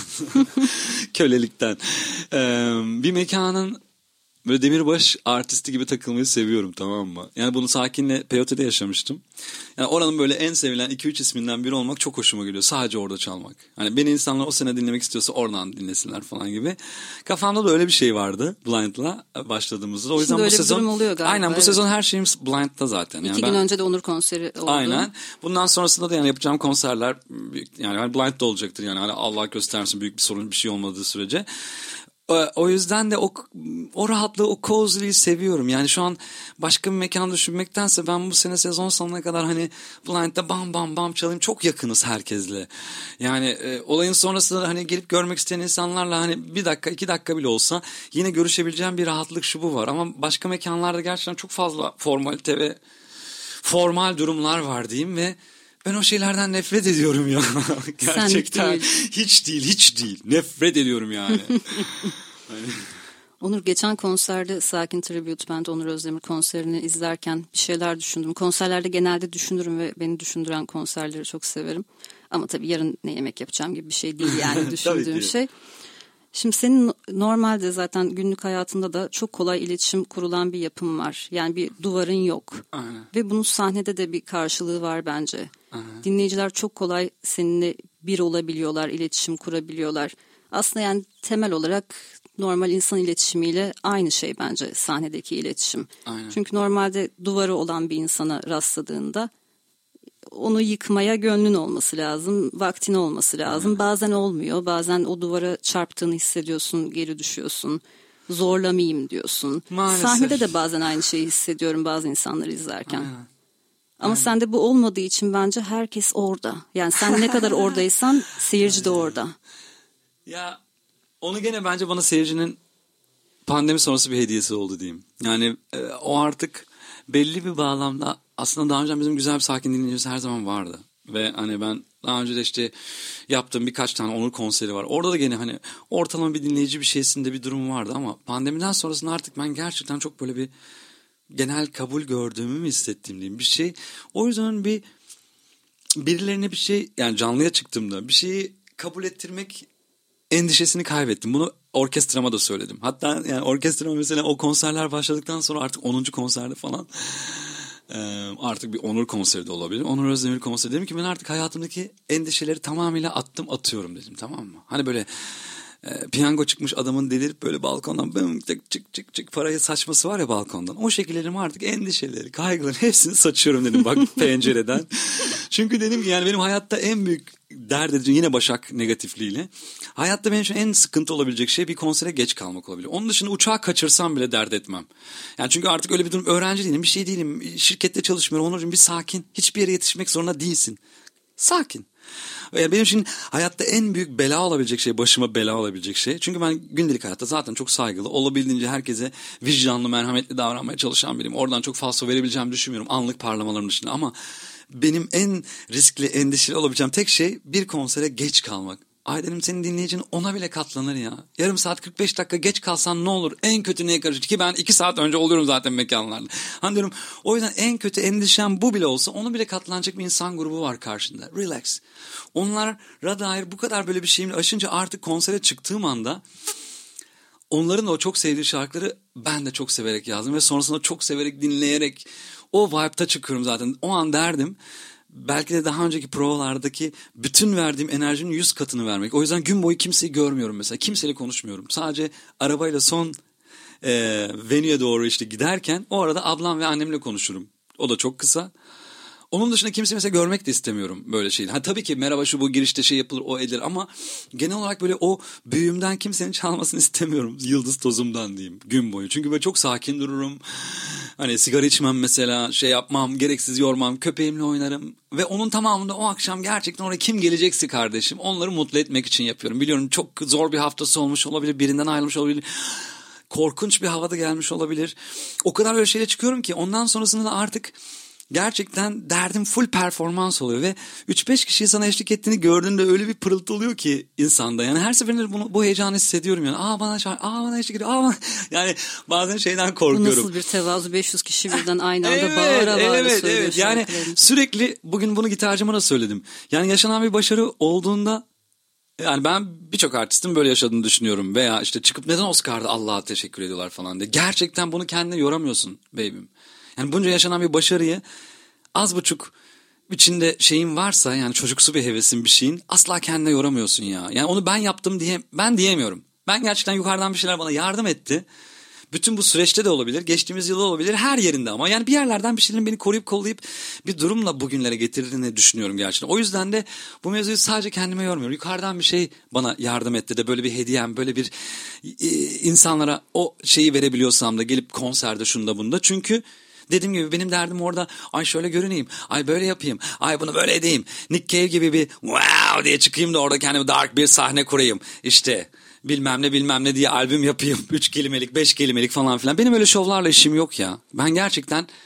kölelikten e, bir mekanın böyle demirbaş artisti gibi takılmayı seviyorum, tamam mı? Yani bunu Sakin'le Peyote'de yaşamıştım. Yani oranın böyle en sevilen iki üç isminden biri olmak çok hoşuma geliyor. Sadece orada çalmak. Hani beni insanlar o sene dinlemek istiyorsa oradan dinlesinler falan gibi. Kafamda da öyle bir şey vardı Blind'la başladığımızda. O yüzden
Şimdi
bu sezon
bir oluyor galiba.
Aynen bu evet. sezon her şeyimiz Blind'da zaten.
İki
yani
gün
ben,
önce de Onur konseri oldu.
Aynen. Bundan sonrasında da yani yapacağım konserler yani hani Blind'da olacaktır. Yani hani Allah göstersin, büyük bir sorun bir şey olmadığı sürece. O yüzden de o, o rahatlığı, o cozy'liği seviyorum. Yani şu an başka bir mekan düşünmektense ben bu sene sezon sonuna kadar hani Blind'da bam bam bam çalayım. Çok yakınız herkesle. Yani e, olayın sonrasında hani gelip görmek isteyen insanlarla hani bir dakika iki dakika bile olsa yine görüşebileceğim bir rahatlık şu bu var. Ama başka mekanlarda gerçekten çok fazla formalite ve formal durumlar var diyeyim ve ben o şeylerden nefret ediyorum ya. Gerçekten değil. hiç değil, hiç değil. Nefret ediyorum yani.
Onur, geçen konserde Sakin Tribute Band Onur Özdemir konserini izlerken bir şeyler düşündüm. Konserlerde genelde düşünürüm ve beni düşündüren konserleri çok severim. Ama tabii yarın ne yemek yapacağım gibi bir şey değil yani düşündüğüm şey. Şimdi senin normalde zaten günlük hayatında da çok kolay iletişim kurulan bir yapım var. Yani bir duvarın yok.
Aynen.
Ve bunun sahnede de bir karşılığı var bence.
Aynen.
Dinleyiciler çok kolay seninle bir olabiliyorlar, iletişim kurabiliyorlar. Aslında yani temel olarak normal insan iletişimiyle aynı şey bence sahnedeki iletişim.
Aynen.
Çünkü normalde duvarı olan bir insana rastladığında onu yıkmaya gönlün olması lazım, vaktin olması lazım. Aynen. Bazen olmuyor, bazen o duvara çarptığını hissediyorsun, geri düşüyorsun. Zorlamayayım diyorsun.
Maalesef.
Sahnede de bazen aynı şeyi hissediyorum bazı insanları izlerken.
Aynen.
Ama
Aynen.
sende bu olmadığı için bence herkes orada. Yani sen ne kadar oradaysan seyirci de orada.
Ya onu gene bence bana seyircinin pandemi sonrası bir hediyesi oldu diyeyim. Yani e, o artık belli bir bağlamda aslında daha önce bizim güzel bir sakin dinleyicimiz her zaman vardı. Ve hani ben daha önce de işte yaptığım birkaç tane Onur konseri var. Orada da gene hani ortalama bir dinleyici bir şeysinde bir durum vardı ama pandemiden sonrasında artık ben gerçekten çok böyle bir genel kabul gördüğümü mü hissettiğim diyeyim bir şey. O yüzden bir birilerine bir şey yani canlıya çıktığımda bir şeyi kabul ettirmek endişesini kaybettim. Bunu orkestrama da söyledim. Hatta yani orkestrama mesela o konserler başladıktan sonra artık onuncu konserde falan artık bir Onur konseri de olabilir. Onur Özdemir konseri. Dedim ki ben artık hayatımdaki endişeleri tamamıyla attım atıyorum dedim, tamam mı? Hani böyle e, piyango çıkmış adamın delirip böyle balkondan bım, tık, çık çık çık parayı saçması var ya balkondan. O şekillerimi artık endişeleri, kaygıları hepsini saçıyorum dedim bak pencereden. Çünkü dedim ki yani benim hayatta en büyük dert edeceğim yine Başak negatifliğiyle. Hayatta benim için en sıkıntı olabilecek şey bir konsere geç kalmak olabilir. Onun dışında uçağı kaçırsam bile dert etmem. Yani çünkü artık öyle bir durum, öğrenci değilim, bir şey değilim, şirkette çalışmıyorum. Onurcuğum bir sakin, hiçbir yere yetişmek zorunda değilsin. Sakin. Yani benim için hayatta en büyük bela olabilecek şey, başıma bela olabilecek şey. Çünkü ben gündelik hayatta zaten çok saygılı, olabildiğince herkese vicdanlı, merhametli davranmaya çalışan biriyim. Oradan çok fazla verebileceğimi düşünmüyorum anlık parlamalarım dışında. Ama benim en riskli, endişeli olabileceğim tek şey bir konsere geç kalmak. Ay dedim senin dinleyicin ona bile katlanır ya. Yarım saat kırk beş dakika geç kalsan ne olur? En kötü neye karışır? Ki ben iki saat önce oluyorum zaten mekanlarda. Hani diyorum o yüzden en kötü endişem bu bile olsa onu bile katlanacak bir insan grubu var karşında. Relax. Onlara dair bu kadar böyle bir şeyimle aşınca artık konsere çıktığım anda onların o çok sevdiği şarkıları ben de çok severek yazdım. Ve sonrasında çok severek dinleyerek o vibe'ta çıkıyorum zaten. O an derdim belki de daha önceki provalardaki bütün verdiğim enerjinin yüz katını vermek. O yüzden gün boyu kimseyi görmüyorum mesela. Kimseyle konuşmuyorum. Sadece arabayla son e, venue'ye doğru işte giderken o arada ablam ve annemle konuşurum. O da çok kısa. Onun dışında kimse mesela görmek de istemiyorum böyle şeyi. Ha tabii ki merhaba şu bu girişte şey yapılır o edilir ama genel olarak böyle o büyümden kimsenin çalmasını istemiyorum. Yıldız tozumdan diyeyim gün boyu. Çünkü böyle çok sakin dururum. Hani sigara içmem mesela, şey yapmam, gereksiz yormam, köpeğimle oynarım. Ve onun tamamında o akşam gerçekten oraya kim gelecekse kardeşim onları mutlu etmek için yapıyorum. Biliyorum çok zor bir haftası olmuş olabilir, birinden ayrılmış olabilir. Korkunç bir havada gelmiş olabilir. O kadar öyle şeyle çıkıyorum ki ondan sonrasında da artık gerçekten derdim full performans oluyor ve üç beş kişiyi sana eşlik ettiğini gördüğünde öyle bir pırıltı oluyor ki insanda. Yani her seferinde bunu, bu heyecanı hissediyorum yani. Aa bana şarkı, aa bana eşlik ediyor, aa bana... Yani bazen şeyden korkuyorum.
Bu nasıl bir tevazu, beş yüz kişi birden aynı anda
evet,
bağıra bağıra
evet,
söylüyor
evet. Yani sürekli bugün bunu gitarcıma da söyledim. Yani yaşanan bir başarı olduğunda yani ben birçok artistin böyle yaşadığını düşünüyorum. Veya işte çıkıp neden Oscar'da Allah'a teşekkür ediyorlar falan diye. Gerçekten bunu kendine yoramıyorsun baby'm. Yani bunca yaşanan bir başarıyı az buçuk içinde şeyin varsa yani çocuksu bir hevesin bir şeyin asla kendine yoramıyorsun ya. Yani onu ben yaptım diye ben diyemiyorum. Ben gerçekten yukarıdan bir şeyler bana yardım etti. Bütün bu süreçte de olabilir, geçtiğimiz yılda olabilir, her yerinde ama yani bir yerlerden bir şeylerin beni koruyup kollayıp bir durumla bugünlere getirdiğini düşünüyorum gerçekten. O yüzden de bu mevzuyu sadece kendime yormuyorum. Yukarıdan bir şey bana yardım etti de böyle bir hediyem, böyle bir e, insanlara o şeyi verebiliyorsam da gelip konserde şunda bunda. Çünkü dediğim gibi benim derdim orada ay şöyle görüneyim, ay böyle yapayım, ay bunu böyle edeyim. Nick Cave gibi bir wow diye çıkayım da orada kendime dark bir sahne kurayım. İşte bilmem ne bilmem ne diye albüm yapayım. Üç kelimelik, beş kelimelik falan filan. Benim öyle şovlarla işim yok ya. Ben gerçekten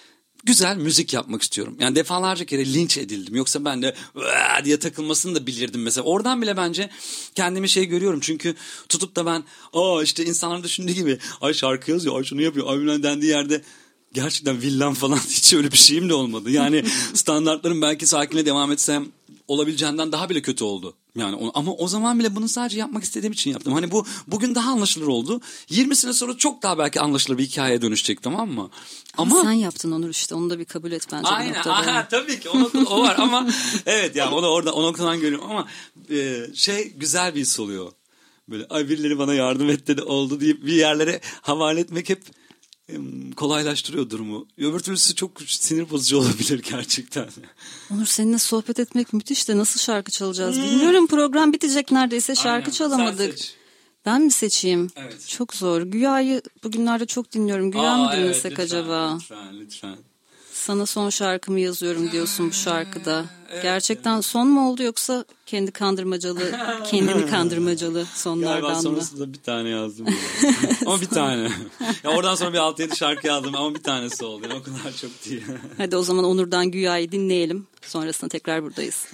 güzel müzik yapmak istiyorum. Yani defalarca kere linç edildim. Yoksa ben de "Vaa!" diye takılmasını da bilirdim mesela. Oradan bile bence kendimi şey görüyorum. Çünkü tutup da ben aa işte insanların düşündüğü gibi ay şarkı yazıyor, ay şunu yapıyor, ay bilmem dendiği yerde gerçekten villan falan hiç öyle bir şeyim de olmadı. Yani standartlarım belki sakinle devam etsem olabileceğinden daha bile kötü oldu. Yani onu, ama o zaman bile bunu sadece yapmak istediğim için yaptım. Hani bu bugün daha anlaşılır oldu. yirmi sene sonra çok daha belki anlaşılır bir hikayeye dönüşecek, tamam mı?
Ama,
ama
sen yaptın Onur, işte onu da bir kabul et bence.
aynen, aha, tabii ki o, o var ama evet yani o da orada o noktadan görüyorum ama e, şey güzel bir his oluyor. Böyle ay birileri bana yardım etti de oldu diye bir yerlere havale etmek hep kolaylaştırıyor durumu. Öbür türlüsü çok sinir bozucu olabilir gerçekten.
Onur, seninle sohbet etmek müthiş de nasıl şarkı çalacağız bilmiyorum. Program bitecek neredeyse, şarkı
Aynen,
çalamadık. Ben mi seçeyim?
Evet.
Çok zor. Güya'yı bugünlerde çok dinliyorum. Güya
Aa,
mı
evet,
dinlesek
lütfen,
acaba?
Lütfen lütfen.
Sana son şarkımı yazıyorum diyorsun bu şarkıda. Evet, gerçekten yani. Son mu oldu yoksa kendi kandırmacalı, kendini kandırmacalı sonlardan
Galiba
mı?
sonrasında bir tane yazdım. Ama bir tane. Ya oradan sonra bir altı yedi şarkı yazdım ama bir tanesi oldu. Yani o kadar çok değil.
Hadi o zaman Onur'dan Güya'yı dinleyelim. Sonrasında tekrar buradayız.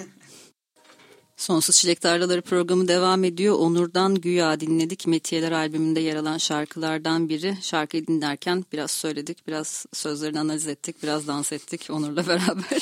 Sonsuz Çilek Tarlaları programı devam ediyor. Onur'dan Güya dinledik. Metiyeler albümünde yer alan şarkılardan biri. Şarkıyı dinlerken biraz söyledik, biraz sözlerini analiz ettik, biraz dans ettik Onur'la beraber.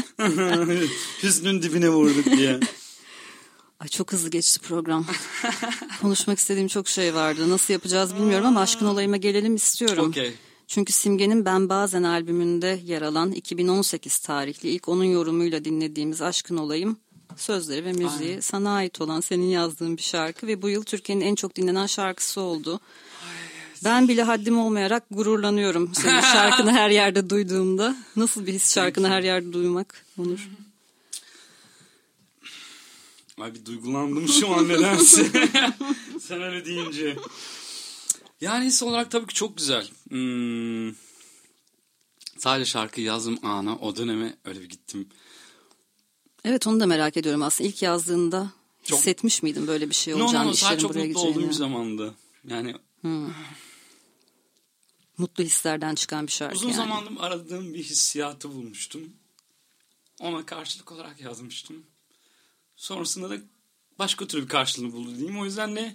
Hüznün dibine vurduk diye.
Ay çok hızlı geçti program. Konuşmak istediğim çok şey vardı. Nasıl yapacağız bilmiyorum ama Aşkın Olayıma gelelim istiyorum.
Okay.
Çünkü Simge'nin Ben Bazen albümünde yer alan iki bin on sekiz tarihli ilk onun yorumuyla dinlediğimiz Aşkın Olayım, sözleri ve müziği aynen. Sana ait olan, senin yazdığın bir şarkı ve bu yıl Türkiye'nin en çok dinlenen şarkısı oldu. Ay, evet. Ben bile haddim olmayarak gururlanıyorum senin şarkını her yerde duyduğumda. Nasıl bir his şarkını her yerde duymak Onur?
Ay bir duygulandım şu an nedense. Sen öyle deyince. Yani his olarak tabii ki çok güzel. Hmm. Sadece şarkıyı yazdığım ana, o döneme öyle bir gittim.
Evet, onu da merak ediyorum aslında. İlk yazdığında çok... hissetmiş miydin böyle bir şey olacağını, no, no, işlerin buraya gideceğini?
Çok mutlu olduğum bir zamandı. Yani
hmm. mutlu hislerden çıkan bir şarkı.
Uzun
yani.
zamandır aradığım bir hissiyatı bulmuştum. Ona karşılık olarak yazmıştım. Sonrasında da başka türlü bir karşılığını buldu diyeyim. O yüzden ne?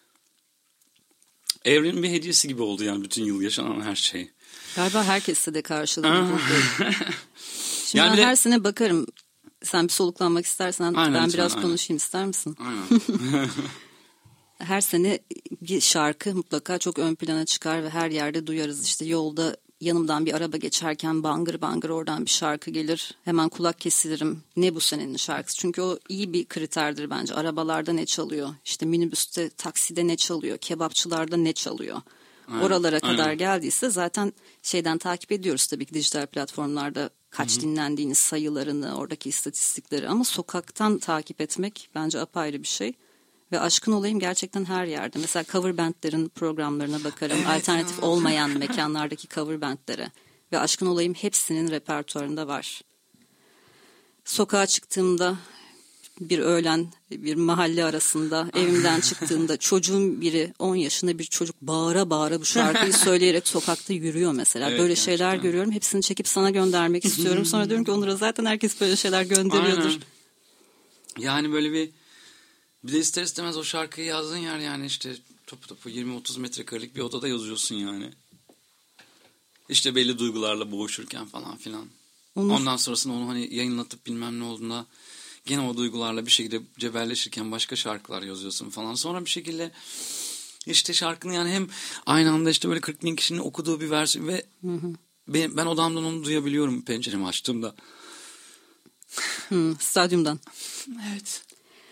Evrenin bir hediyesi gibi oldu yani bütün yıl yaşanan her şey.
Galiba herkeste de karşılığını buldu. Şimdi
yani
ben
de...
her sene bakarım. Sen bir soluklanmak istersen aynen, ben
lütfen,
biraz
aynen.
konuşayım, ister misin?
Aynen.
Her sene bir şarkı mutlaka çok ön plana çıkar ve her yerde duyarız. İşte yolda yanımdan bir araba geçerken bangır bangır oradan bir şarkı gelir. Hemen kulak kesilirim. Ne bu senenin şarkısı? Çünkü o iyi bir kriterdir bence. Arabalarda ne çalıyor? İşte minibüste, takside ne çalıyor? Kebapçılarda ne çalıyor? Aynen, oralara kadar aynen. geldiyse zaten şeyden takip ediyoruz tabii ki dijital platformlarda kaç Hı-hı. dinlendiğini, sayılarını, oradaki istatistikleri, ama sokaktan takip etmek bence apayrı bir şey. Ve Aşkın Olayım gerçekten her yerde. Mesela cover bandlerin programlarına bakarım. Evet, alternatif ya. olmayan mekanlardaki cover bandlere. Ve Aşkın Olayım hepsinin repertuarında var. Sokağa çıktığımda bir öğlen bir mahalle arasında evimden çıktığımda çocuğun biri, on yaşında bir çocuk bağıra bağıra bu şarkıyı söyleyerek sokakta yürüyor mesela. Evet, böyle gerçekten. Şeyler görüyorum. Hepsini çekip sana göndermek istiyorum. Sonra diyorum ki Onur'a zaten herkes böyle şeyler gönderiyordur.
Aynen. Yani böyle bir bir de ister istemez o şarkıyı yazdığın yer yani işte topu topu yirmi otuz metrekarelik bir odada yazıyorsun yani. İşte belli duygularla boğuşurken falan filan. Onur. Ondan sonrasında onu hani yayınlatıp bilmem ne olduğunda gene o duygularla bir şekilde cebelleşirken başka şarkılar yazıyorsun falan. Sonra bir şekilde işte şarkını yani hem aynı anda işte böyle kırk bin kişinin okuduğu bir versiyon ve hı hı. Ben, ben odamdan onu duyabiliyorum penceremi açtığımda.
Hmm, stadyumdan.
Evet.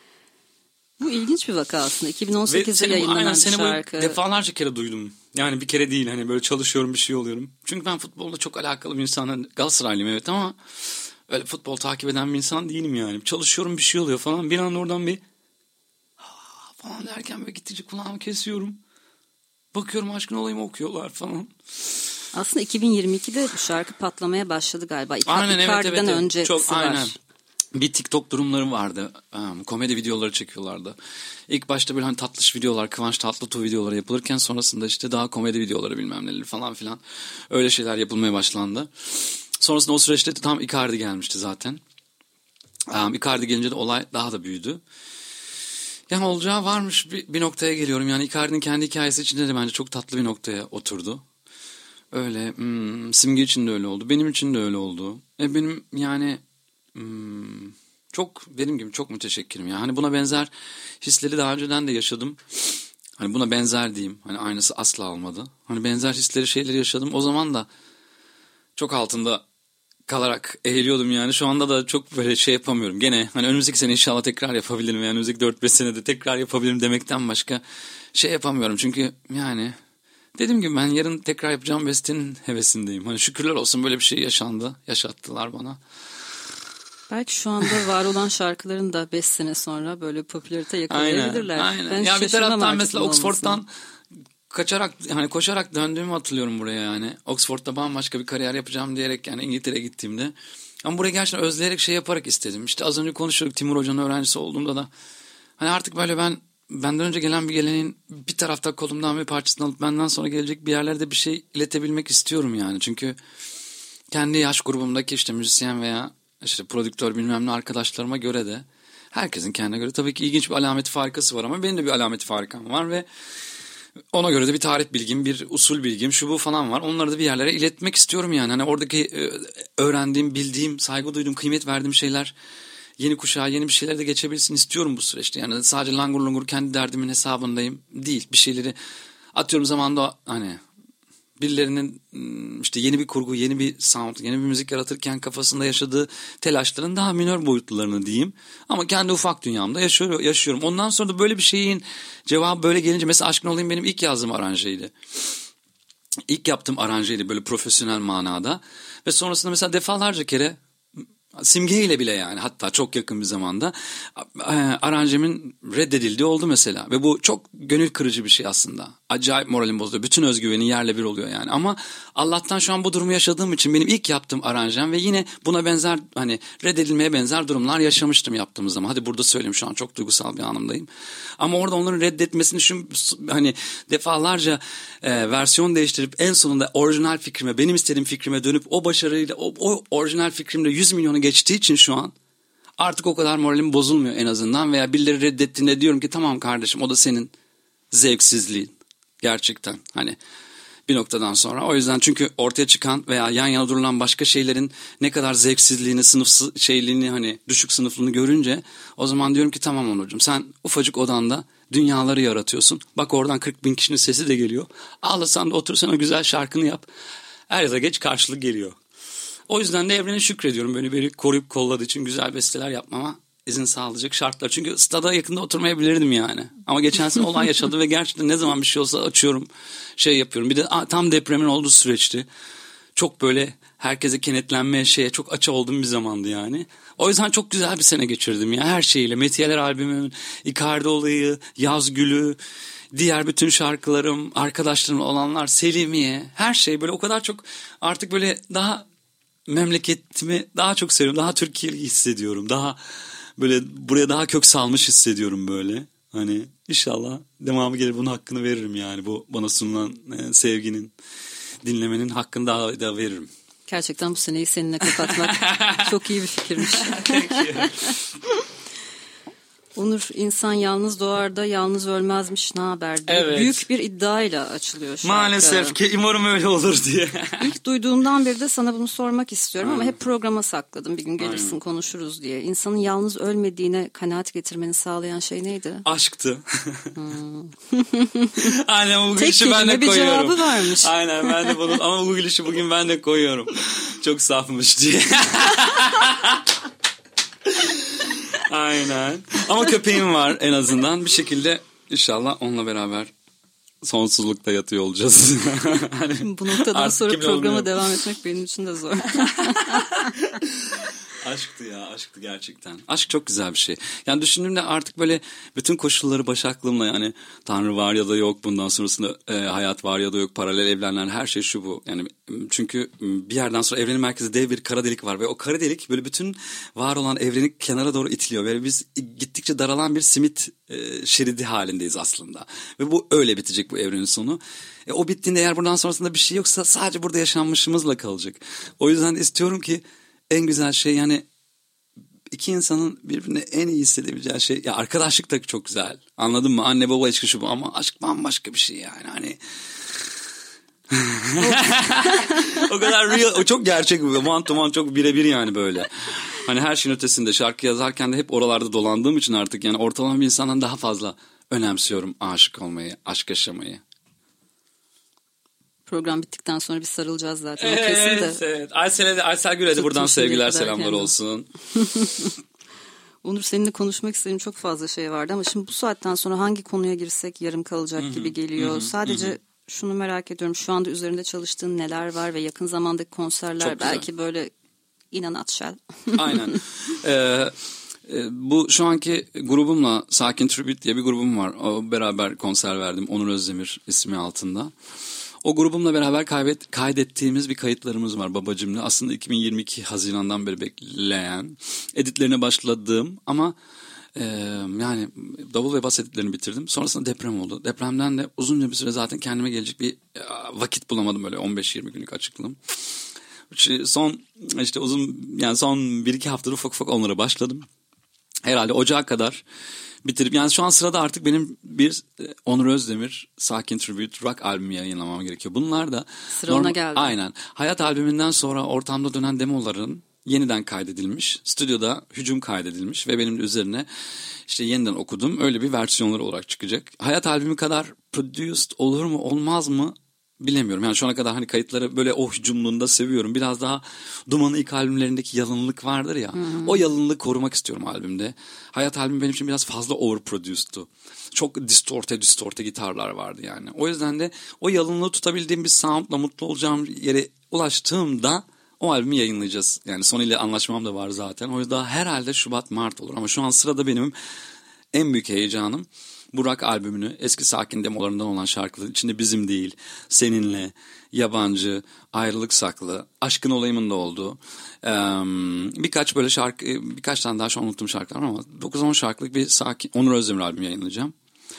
Bu ilginç bir vaka aslında. iki bin on sekizde yayınlanan aynen, bir şarkı.
Aynen, defalarca kere duydum. Yani bir kere değil, hani böyle çalışıyorum bir şey oluyorum. Çünkü ben futbolda çok alakalı bir insanım. Galatasaraylıyım evet ama öyle futbol takip eden bir insan değilim yani. Çalışıyorum bir şey oluyor falan. Bir anda oradan bir falan derken böyle gittikçe kulağımı kesiyorum. Bakıyorum Aşkın Olayımı okuyorlar falan.
Aslında iki bin yirmi ikide bu şarkı patlamaya başladı galiba. İka,
aynen evet evet. evet.
öncesi
çok,
var.
Aynen. Bir TikTok durumları vardı. Um, komedi videoları çekiyorlardı. İlk başta böyle hani tatlış videolar, Kıvanç Tatlıtuğ videoları yapılırken sonrasında işte daha komedi videoları bilmem neleri falan filan. Öyle şeyler yapılmaya başlandı. Sonrasında o süreçte de tam Icardi gelmişti zaten. Um, Icardi gelince de olay daha da büyüdü. Yani olacağı varmış bir, bir noktaya geliyorum. Yani Icardi'nin kendi hikayesi içinde de bence çok tatlı bir noktaya oturdu. Öyle hmm, Simge için de öyle oldu. Benim için de öyle oldu. E benim yani hmm, çok dediğim gibi çok müteşekkirim. Yani hani buna benzer hisleri daha önceden de yaşadım. Hani buna benzer diyeyim. Hani aynısı asla olmadı. Hani benzer hisleri şeyleri yaşadım. O zaman da çok altında kalarak eğiliyordum yani. Şu anda da çok böyle şey yapamıyorum. Gene hani önümüzdeki sene inşallah tekrar yapabilirim. Yani önümüzdeki dört beş senede tekrar yapabilirim demekten başka şey yapamıyorum. Çünkü yani dediğim gibi ben yarın tekrar yapacağım bestenin hevesindeyim. Hani şükürler olsun böyle bir şey yaşandı. Yaşattılar bana.
Belki şu anda var olan şarkıların da beş sene sonra böyle popülarite yakalayabilirler.
Aynen, aynen.
Ben
ya bir taraftan mesela Oxford'dan
olmasın.
kaçarak hani koşarak döndüğümü hatırlıyorum buraya yani. Oxford'da bambaşka bir kariyer yapacağım diyerek yani İngiltere'ye gittiğimde. Ama buraya gerçekten özleyerek şey yaparak istedim. İşte az önce konuşuyorduk Timur Hoca'nın öğrencisi olduğumda da. Hani artık böyle ben benden önce gelen bir geleneğin bir tarafta kolumdan bir parçasını alıp benden sonra gelecek bir yerlerde bir şey iletebilmek istiyorum yani. Çünkü kendi yaş grubumdaki işte müzisyen veya işte prodüktör bilmem ne arkadaşlarıma göre de herkesin kendine göre tabii ki ilginç bir alameti farikası var ama benim de bir alameti farikam var ve ona göre de bir tarih bilgim, bir usul bilgim, şu bu falan var. Onları da bir yerlere iletmek istiyorum yani. Hani oradaki öğrendiğim, bildiğim, saygı duyduğum, kıymet verdiğim şeyler yeni kuşağa, yeni bir şeyler de geçebilsin istiyorum bu süreçte. Yani sadece langur lungur kendi derdimin hesabındayım değil. Bir şeyleri atıyorum zamanda hani birilerinin işte yeni bir kurgu, yeni bir sound, yeni bir müzik yaratırken kafasında yaşadığı telaşların daha minör boyutlarını diyeyim. Ama kendi ufak dünyamda yaşıyorum. yaşıyorum. Ondan sonra da böyle bir şeyin cevabı böyle gelince mesela Aşkın Olayım benim ilk yazdığım aranjeydi. İlk yaptığım aranjeydi böyle profesyonel manada. Ve sonrasında mesela defalarca kere Simge ile bile yani hatta çok yakın bir zamanda aranjemin reddedildiği oldu mesela. Ve bu çok gönül kırıcı bir şey aslında. Acayip moralim bozuluyor. Bütün özgüvenin yerle bir oluyor yani. Ama Allah'tan şu an bu durumu yaşadığım için benim ilk yaptığım aranjem ve yine buna benzer hani reddedilmeye benzer durumlar yaşamıştım yaptığımız zaman. Hadi burada söyleyeyim şu an çok duygusal bir anımdayım. Ama orada onların reddetmesini şu hani defalarca e, versiyon değiştirip en sonunda orijinal fikrime, benim istediğim fikrime dönüp o başarıyla o, o orijinal fikrimle yüz milyonu geçtiği için şu an artık o kadar moralim bozulmuyor en azından veya birileri reddettiğinde diyorum ki tamam kardeşim o da senin zevksizliğin gerçekten hani bir noktadan sonra. O yüzden çünkü ortaya çıkan veya yan yana durulan başka şeylerin ne kadar zevksizliğini, sınıfsız şeyliğini hani düşük sınıflığını görünce o zaman diyorum ki tamam Onurcuğum sen ufacık odanda dünyaları yaratıyorsun. Bak oradan kırk bin kişinin sesi de geliyor. Ağlasan da otursan o güzel şarkını yap. Er ya da geç karşılık geliyor. O yüzden de evrene şükrediyorum. Böyle beni koruyup kolladığı için güzel besteler yapmama izin sağlayacak şartlar. Çünkü stada yakında oturmayabilirdim yani. Ama geçen sene olay yaşadı ve gerçekten ne zaman bir şey olsa açıyorum, şey yapıyorum. Bir de tam depremin olduğu süreçti. Çok böyle herkese kenetlenmeye şeye çok açı olduğum bir zamandı yani. O yüzden çok güzel bir sene geçirdim ya her şeyle. Metiyeler albümüm, Icardi olayı, Yaz Gülü, diğer bütün şarkılarım, arkadaşlarım olanlar, Selimiye, her şey böyle o kadar çok artık böyle daha memleketimi daha çok seviyorum. Daha Türkiye'li hissediyorum. Daha böyle buraya daha kök salmış hissediyorum böyle. Hani inşallah devamı gelir bunun hakkını veririm yani. Bu bana sunulan e, sevginin, dinlemenin hakkını daha da veririm.
Gerçekten bu seneyi seninle kapatmak çok iyi bir fikirmiş. Onur insan yalnız doğar da yalnız ölmezmiş ne haber diye evet. Büyük bir iddiayla açılıyor şarkı.
Maalesef ki umarım öyle olur diye.
İlk duyduğumdan beri de sana bunu sormak istiyorum ama hep programa sakladım. Bir gün gelirsin Aynen. konuşuruz diye. İnsanın yalnız ölmediğine kanaat getirmeni sağlayan şey neydi?
Aşktı. Hmm. Aynen bu gülüşü ben de
bir
koyuyorum.
Cevabı varmış.
Aynen ben de bunu ama bu gülüşü bugün ben de koyuyorum. Çok safmış diye. Aynen. Ama köpeğim var en azından. Bir şekilde inşallah onunla beraber sonsuzlukta yatıyor olacağız.
Hani bu noktadan sonra programa olmuyor. Devam etmek benim için de zor.
Aşktı ya, aşktı gerçekten. Aşk çok güzel bir şey. Yani düşündüğümde artık böyle bütün koşulları baş aklımla, yani Tanrı var ya da yok, bundan sonrasında e, hayat var ya da yok, paralel evrenler, her şey şu bu. Yani çünkü bir yerden sonra evrenin merkezinde dev bir kara delik var ve o kara delik böyle bütün var olan evreni kenara doğru itiliyor. Ve biz gittikçe daralan bir simit e, şeridi halindeyiz aslında. Ve bu öyle bitecek, bu evrenin sonu. E, o bittiğinde eğer buradan sonrasında bir şey yoksa sadece burada yaşanmışımızla kalacak. O yüzden istiyorum ki en güzel şey, yani iki insanın birbirine en iyi hissedebileceği şey, ya arkadaşlık da çok güzel, anladın mı? Anne baba ilişkisi şu bu, ama aşk bambaşka bir şey yani, hani o kadar real, o çok gerçek, one to one, çok birebir yani böyle. Hani her şeyin ötesinde, şarkı yazarken de hep oralarda dolandığım için artık yani ortalama bir insandan daha fazla önemsiyorum aşık olmayı, aşk yaşamayı.
Program bittikten sonra bir sarılacağız zaten.
Evet,
kesin de.
evet. Aysel'e de, Aysel Gül'e de buradan sevgiler, selamlar olsun.
Onur, seninle konuşmak istediğim çok fazla şey vardı ama şimdi bu saatten sonra hangi konuya girsek yarım kalacak Hı-hı. gibi geliyor. Hı-hı. Sadece Hı-hı. şunu merak ediyorum. Şu anda üzerinde çalıştığın neler var ve yakın zamandaki konserler, belki böyle in a nutshell. Aynen.
Ee, bu şu anki grubumla, Sakin Tribute diye bir grubum var. O beraber konser verdim. Onur Özdemir ismi altında. O grubumla beraber kaybet, kaydettiğimiz bir kayıtlarımız var babacımla. Aslında iki bin yirmi iki Haziran'dan beri bekleyen, editlerine başladığım ama e, yani davul ve bas editlerini bitirdim. Sonrasında deprem oldu. Depremden de uzunca bir süre zaten kendime gelecek bir e, vakit bulamadım, böyle on beş yirmi günlük açıklığım. Son işte uzun yani son bir iki haftada ufak ufak onlara başladım. Herhalde Ocağa kadar bitirip, yani şu an sırada artık benim bir Onur Özdemir Sakin Tribute Rock albümü yayınlamam gerekiyor. Bunlar da
sıra ona geldi.
Aynen. Hayat albümünden sonra ortamda dönen demoların yeniden kaydedilmiş, stüdyoda hücum kaydedilmiş ve benim de üzerine işte yeniden okudum. Öyle bir versiyonları olarak çıkacak. Hayat albümü kadar produced olur mu olmaz mı bilemiyorum. Yani şu ana kadar hani kayıtları böyle o hücumluğunda seviyorum. Biraz daha Duman'ın ilk albümlerindeki yalınlık vardır ya. Hmm. O yalınlığı korumak istiyorum albümde. Hayat albümü benim için biraz fazla overproduced'tu. Çok distorte distorte gitarlar vardı yani. O yüzden de o yalınlığı tutabildiğim bir soundla mutlu olacağım yere ulaştığımda o albümü yayınlayacağız. Yani Sony ile anlaşmam da var zaten. O yüzden herhalde Şubat Mart olur. Ama şu an sırada benim en büyük heyecanım Burak albümünü, eski Sakin demolarından olan şarkılar içinde Bizim Değil, Seninle, Yabancı, Ayrılık Saklı, Aşkın Olayımın da olduğu ee, birkaç böyle şarkı, birkaç tane daha şu an unuttuğum şarkılar var ama dokuz on şarkılık bir Sakin Onur Özdemir albümü yayınlayacağım.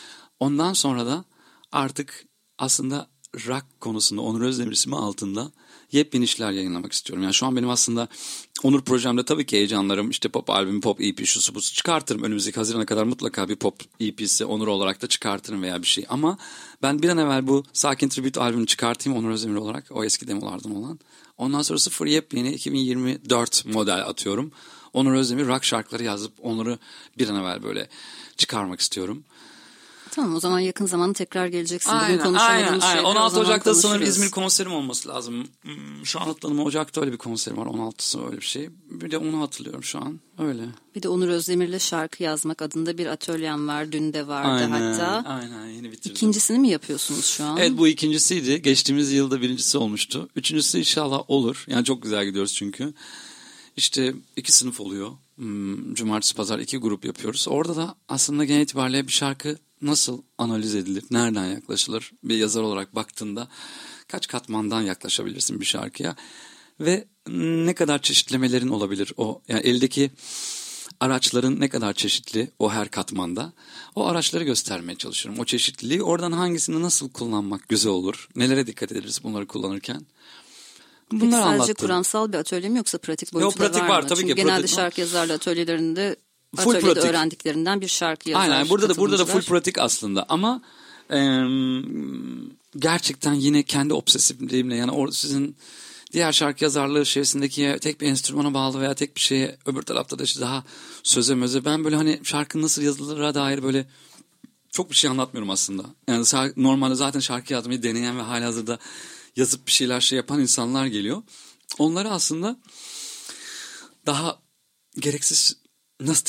Ondan sonra da artık aslında rock konusunda Onur Özdemir ismi altında yepyeni işler yayınlamak istiyorum. Yani şu an benim aslında Onur projemde tabii ki heyecanlarım, işte pop albümü, pop E P, şusu busu çıkartırım. Önümüzdeki Haziran'a kadar mutlaka bir pop E P'si Onur olarak da çıkartırım veya bir şey. Ama ben bir an evvel bu Sakin Tribute albümünü çıkartayım Onur Özdemir olarak, o eski demolardan olan. Ondan sonra sıfır yepyeni iki bin yirmi dört model atıyorum. Onur Özdemir rock şarkıları yazıp Onur'u bir an evvel böyle çıkarmak istiyorum.
Tamam, o zaman yakın zamanda tekrar geleceksin.
Aynen,
Bugün konuşamadığımız
aynen,
şeyleri
on altı Ocak'ta sanırım
konuşuruz.
İzmir konserim olması lazım. Şu an hatırlamıyorum, Ocak'ta öyle bir konserim var. on altısı öyle bir şey. Bir de onu hatırlıyorum şu an. Öyle.
Bir de Onur Özdemir'le şarkı yazmak adında bir atölyem var. Dün de vardı
aynen,
hatta.
Aynen, yeni bitirdim.
İkincisini mi yapıyorsunuz şu an?
Evet, bu ikincisiydi. Geçtiğimiz yılda birincisi olmuştu. Üçüncüsü inşallah olur. Yani çok güzel gidiyoruz çünkü. İşte iki sınıf oluyor. Cumartesi, pazar iki grup yapıyoruz. Orada da aslında genel itibariyle bir şarkı nasıl analiz edilir, nereden yaklaşılır bir yazar olarak baktığında kaç katmandan yaklaşabilirsin bir şarkıya ve ne kadar çeşitlemelerin olabilir o, yani eldeki araçların ne kadar çeşitli o her katmanda, o araçları göstermeye çalışıyorum, o çeşitliliği, oradan hangisini nasıl kullanmak güzel olur, nelere dikkat ederiz bunları kullanırken.
Peki sadece anlattım. Kuramsal bir atölye mi yoksa pratik boyutu da var, var mı? Tabii Çünkü ki, genelde pratik, şarkı yazarlı atölyelerinde full atölyede pratik. Öğrendiklerinden bir şarkı yazar.
Aynen, burada da burada da full pratik aslında ama e, gerçekten yine kendi obsesifliğimle, yani o sizin diğer şarkı yazarlığı şeysindeki tek bir enstrümana bağlı veya tek bir şeye, öbür tarafta da işte daha söze möze, ben böyle hani şarkı nasıl yazılır'a dair böyle çok bir şey anlatmıyorum aslında. Yani normalde zaten şarkı yazmayı deneyen ve halihazırda yazıp bir şeyler şey yapan insanlar geliyor. Onları aslında daha gereksiz, nasıl diyeyim,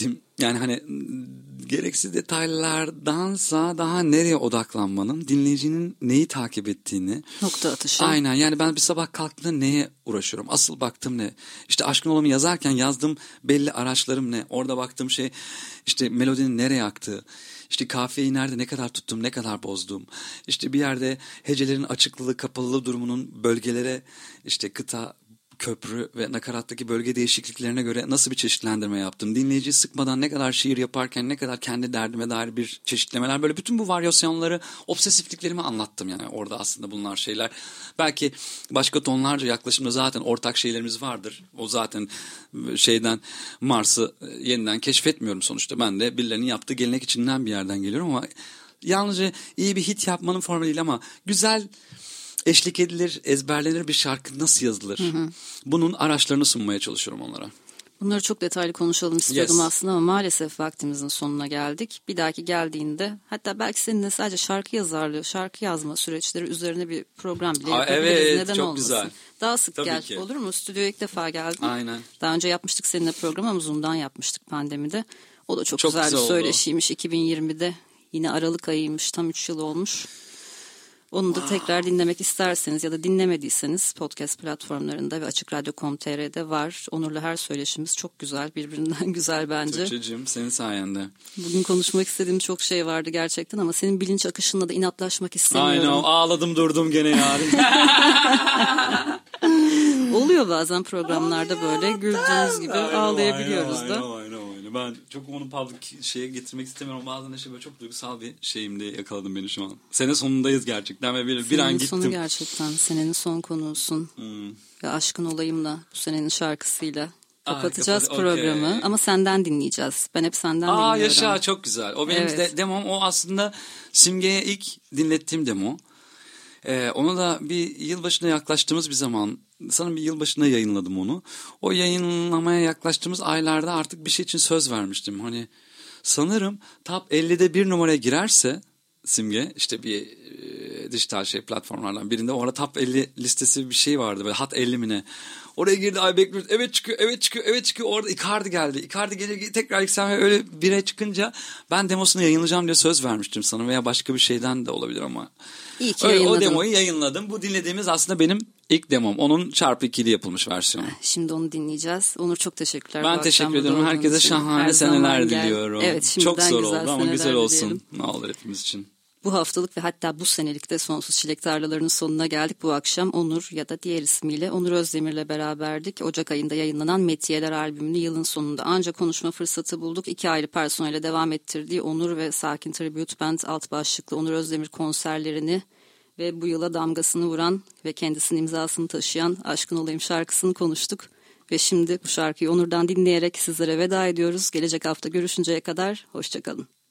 Yani hani gereksiz detaylardansa daha nereye odaklanmanın, dinleyicinin neyi takip ettiğini.
Nokta atışı.
Aynen, yani ben bir sabah kalktığımda neye uğraşıyorum? Asıl baktığım ne? İşte Aşkın Olam'ı yazarken yazdığım belli araçlarım ne? Orada baktığım şey işte melodinin nereye aktığı. İşte kafiyeyi nerede ne kadar tuttum, ne kadar bozdum. İşte bir yerde hecelerin açıklığı, kapalılığı durumunun bölgelere, işte kıta, köprü ve nakarattaki bölge değişikliklerine göre nasıl bir çeşitlendirme yaptım? Dinleyiciyi sıkmadan ne kadar şiir yaparken ne kadar kendi derdime dair bir çeşitlemeler, böyle bütün bu varyasyonları, obsesifliklerimi anlattım yani orada aslında bunlar şeyler. Belki başka tonlarca yaklaşımda zaten ortak şeylerimiz vardır. O zaten şeyden Mars'ı yeniden keşfetmiyorum sonuçta. Ben de birilerinin yaptığı gelenek içinden bir yerden geliyorum ama yalnızca iyi bir hit yapmanın formülü değil ama güzel eşlik edilir, ezberlenir bir şarkı nasıl yazılır? Hı hı. Bunun araçlarını sunmaya çalışıyorum onlara.
Bunları çok detaylı konuşalım istiyordum
yes.
aslında ama maalesef vaktimizin sonuna geldik. Bir dahaki geldiğinde, hatta belki seninle sadece şarkı yazarlığı, şarkı yazma süreçleri üzerine bir program bile yapabiliriz.
Evet,
neden
çok
olmasın?
güzel.
Daha sık
Tabii
gel
ki.
olur mu? Stüdyoya ilk defa geldin.
Aynen.
Daha önce yapmıştık seninle program ama Zoom'dan yapmıştık pandemide. O da çok,
çok
güzel,
güzel
bir
oldu.
söyleşiymiş. iki bin yirmide yine Aralık ayıymış, tam üç yıl olmuş. Onu da wow. tekrar dinlemek isterseniz ya da dinlemediyseniz podcast platformlarında ve açık radyo nokta com nokta tr'de var. Onur'la her söyleşimiz çok güzel, birbirinden güzel bence.
Tuğçe'cim, senin sayende.
Bugün konuşmak istediğim çok şey vardı gerçekten ama senin bilinç akışınla da inatlaşmak istemiyorum.
Aynen, ağladım durdum gene yarın.
Oluyor bazen programlarda böyle güldüğümüz gibi
aynen,
ağlayabiliyoruz
aynen,
da.
Aynen, aynen, aynen. Ben çok onu public şeye getirmek istemiyorum. Bazen işte böyle çok duygusal bir şeyimde yakaladım beni şu an. Sene sonundayız gerçekten ve bir, bir an gittim.
Senenin sonu gerçekten. Senenin son konuğusun. Hmm. Ve Aşkın Olayım'la bu senenin şarkısıyla kapatacağız Ay, kapat- programı. Okay. Ama senden dinleyeceğiz. Ben hep senden Aa, dinliyorum. Aa
yaşa, çok güzel. O benim evet. de, demom. O aslında Simge'ye ilk dinlettiğim demo. Ee, onu da bir yılbaşına yaklaştığımız bir zaman, sanırım bir yılbaşına yayınladım onu. O yayınlamaya yaklaştığımız aylarda artık bir şey için söz vermiştim. Hani sanırım top ellide bir numaraya girerse Simge, işte bir e, dijital şey platformlardan birinde orada top elli listesi bir şey vardı, böyle Hot elli mi ne? Oraya girdi Aybek Mürt, evet çıkıyor, evet çıkıyor, evet çıkıyor. Orada Icardi geldi. Icardi gelince tekrar yükselmeye, öyle bire çıkınca ben demosunu yayınlayacağım diye söz vermiştim sana, veya başka bir şeyden de olabilir ama.
İyi ki
öyle,
yayınladın.
O demoyu yayınladım. Bu dinlediğimiz aslında benim ilk demom. Onun çarpı ikili yapılmış versiyonu.
Şimdi onu dinleyeceğiz. Onur, çok teşekkürler.
Ben teşekkür ederim. Herkese için. şahane Her seneler diliyorum.
Evet, şimdiden
çok zor
güzel
oldu ama güzel olsun.
Diyelim.
Ne olur hepimiz için.
Bu haftalık ve hatta bu senelikte Sonsuz Çilek Tarlalarının sonuna geldik. Bu akşam Onur, ya da diğer ismiyle Onur Özdemir'le beraberdik. Ocak ayında yayınlanan Metiyeler albümünü yılın sonunda ancak konuşma fırsatı bulduk. İki ayrı personelle devam ettirdiği Onur ve Sakin Tribute Band alt başlıklı Onur Özdemir konserlerini ve bu yıla damgasını vuran ve kendisinin imzasını taşıyan Aşkın Olayım şarkısını konuştuk. Ve şimdi bu şarkıyı Onur'dan dinleyerek sizlere veda ediyoruz. Gelecek hafta görüşünceye kadar hoşça kalın.